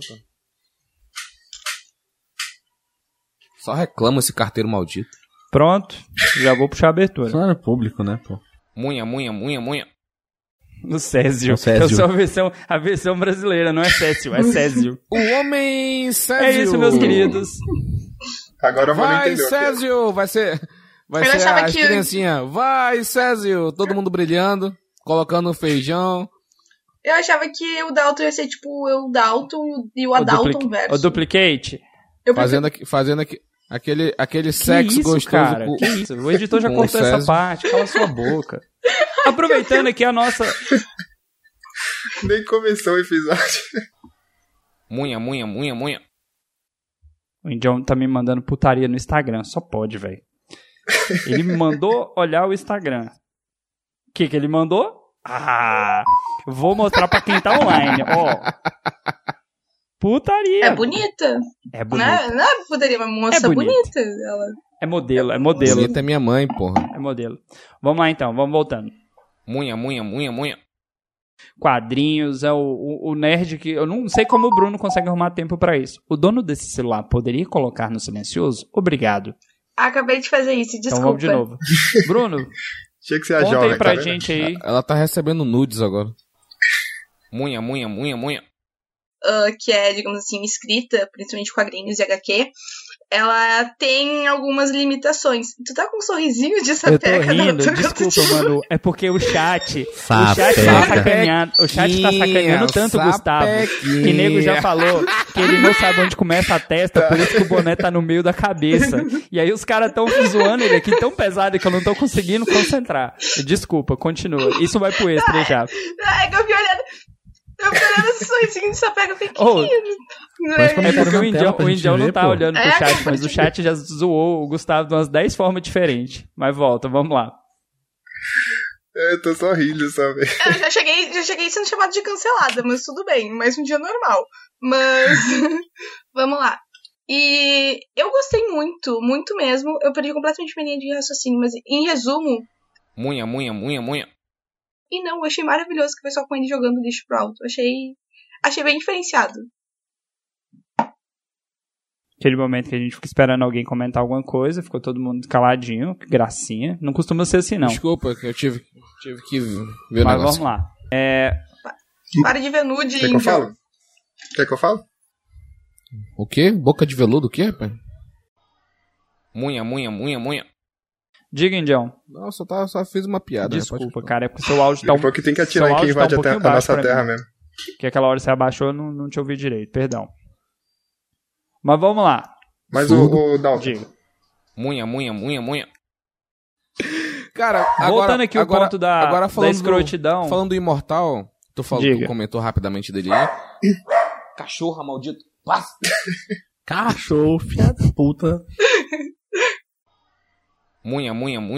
Só reclama esse carteiro maldito. Pronto, já vou puxar a abertura. Isso não era público, né, pô? Munha. No Césio. O Césio. Eu sou a versão brasileira, não é Césio, é Césio. O homem Césio. É isso, meus queridos. Agora eu vou Vai, entender. Césio! Vai ser Eu achava as que- criancinhas. Vai, Césio! Todo mundo brilhando, colocando feijão. Eu achava que o Dalton ia ser tipo o Dalton e o Adalton verso. O duplicate. Eu prefiro- Fazendo aquele sexo que isso, gostoso. cara? com- Que isso? O editor já com cortou o essa Césio. parte, cala sua boca. Aproveitando aqui a nossa... Nem começou o episódio. Munha. O Indião tá me mandando putaria no Instagram, só pode, velho. Ele me mandou olhar o Instagram. O que ele mandou? Vou mostrar pra quem tá online, ó. Putaria. É bonita. É bonita. Não é poderia, mas moça É bonita. bonita. Ela... É modelo. Bonita é minha mãe, porra. É modelo. Vamos lá então, vamos voltando. Munha. Quadrinhos, é o nerd que... Eu não sei como o Bruno consegue arrumar tempo pra isso. O dono desse celular poderia colocar no silencioso? Obrigado. Acabei de fazer isso, Então desculpa. vamos de novo. Bruno, Tinha que ser a conta jovem, aí pra tá vendo? gente aí. Ela tá recebendo nudes agora. Munha. Que é, digamos assim, escrita, principalmente quadrinhos e HQ, ela tem algumas limitações. Tu tá com um sorrisinho de Eu tô sapeca? rindo, Não, desculpa, mano. É porque o chat Sapeca. tá sacaneando. O chat tá sacaneando tanto o Gustavo que o nego já falou que ele não sabe onde começa a testa, por isso que o boné tá no meio da cabeça. E aí os caras tão zoando ele aqui tão pesado que eu não tô conseguindo concentrar. Desculpa, continua. Isso vai pro extra já. É que eu fiquei olhando. Esse sorrisinho de sapeca pequeno. Oh, Mas como É é que era porque na o tela pra gente Indião não ver, tá pô? olhando pro É, chat, cara, mas o chat já zoou o Gustavo de umas 10 formas diferentes. Mas volta, vamos lá. Eu tô só rindo, sabe? Eu já cheguei sendo chamada de cancelada, mas tudo bem, mais um dia normal. Mas, vamos lá. E eu gostei muito, muito mesmo. Eu perdi completamente minha linha de raciocínio, mas em resumo, Munha. e não, eu achei maravilhoso que foi só com ele jogando lixo pro alto. Achei bem diferenciado. Aquele momento que a gente fica esperando alguém comentar alguma coisa, ficou todo mundo caladinho, que gracinha. Não costuma ser assim, não. Desculpa, que eu tive que ver o Mas negócio. vamos lá. Para de ver nude. Quer que eu falo? Quer que eu falo? O quê? Boca de veludo, o quê, rapaz? Munha. Diga, Indião. Nossa, só fiz uma piada. né? Desculpa, cara, é porque seu áudio tá Depois que tem que atirar seu em quem áudio tá invade um pouquinho a baixo nossa pra terra mim. mesmo. Que aquela hora você abaixou, eu não te ouvi direito, perdão. Mas vamos lá. Mas o Dalton, Diga. Munha. Cara, Voltando aqui o ponto da escrotidão. Falando do Imortal, tu Diga. comentou rapidamente dele aí. Cachorra maldito. Passa. Cachorro, filha da puta. Munha.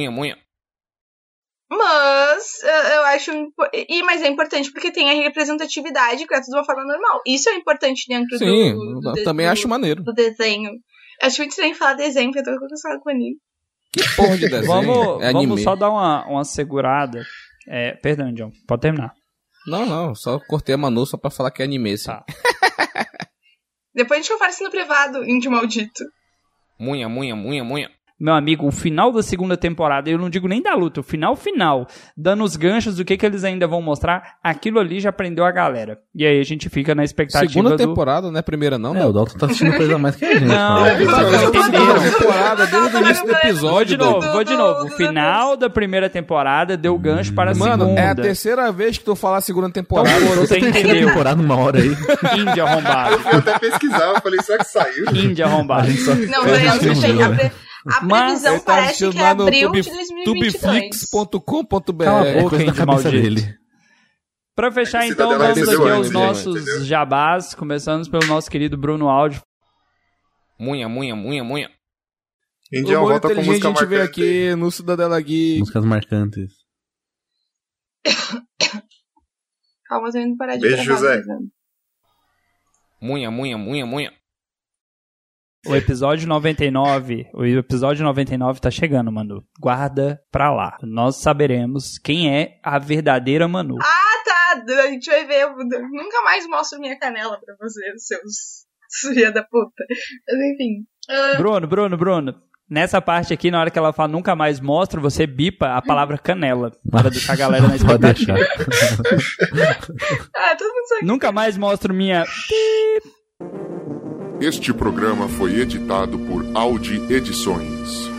Mas eu acho. Mas é importante porque tem a representatividade criada de uma forma normal. Isso é importante dentro Sim, do eu também acho maneiro. do desenho. Acho muito estranho falar desenho, porque eu tô acostumada com anime. Que porra de desenho? Vamos, é anime. vamos só dar uma segurada. Perdão, Indião, pode terminar. Não, só cortei a Manu só pra falar que é anime, assim. Tá. Depois a gente conversa no privado, índio maldito. Munha. meu amigo, o final da segunda temporada, eu não digo nem da luta, o final, dando os ganchos do que eles ainda vão mostrar, aquilo ali já prendeu a galera. E aí a gente fica na expectativa segunda temporada, não é primeira não? O Dalton tá assistindo coisa a mais que a gente. Não, segunda temporada, desde o início do episódio. Vou de novo. O final da primeira temporada deu gancho para a segunda. Mano, é a terceira vez que tu falar segunda temporada. Então, você entendeu. Temporada uma hora aí. Índia arrombado. Eu fui até pesquisar, eu falei, será que saiu? Índia arrombado. Não, eu não sei. A previsão parece que é abril de 2022. Tubeflix.com.br. Cala a boca, coisa da Índia cabeça maldito. dele. Pra fechar, então, Cidadela vamos recebeu aqui aos antes, nossos entendeu? jabás. Começamos pelo nosso querido Bruno Áudio. Munha. Indião, volta com música a gente veio marcante. aqui no Cidadela Geek. Músicas marcantes. Calma, eu tô indo parar de Beijo, gravar, José. né? Munha. O episódio 99. O episódio 99 tá chegando, Manu. Guarda pra lá. Nós saberemos quem é a verdadeira Manu. Ah, tá. A gente vai ver. Eu nunca mais mostro minha canela pra vocês, seus filha da puta. Mas enfim. Bruno. Nessa parte aqui, na hora que ela fala nunca mais mostra, você bipa a palavra canela. Para deixar a galera na Pode expectativa. Todo mundo sabe. Nunca mais mostro minha... Este programa foi editado por Audi Edições.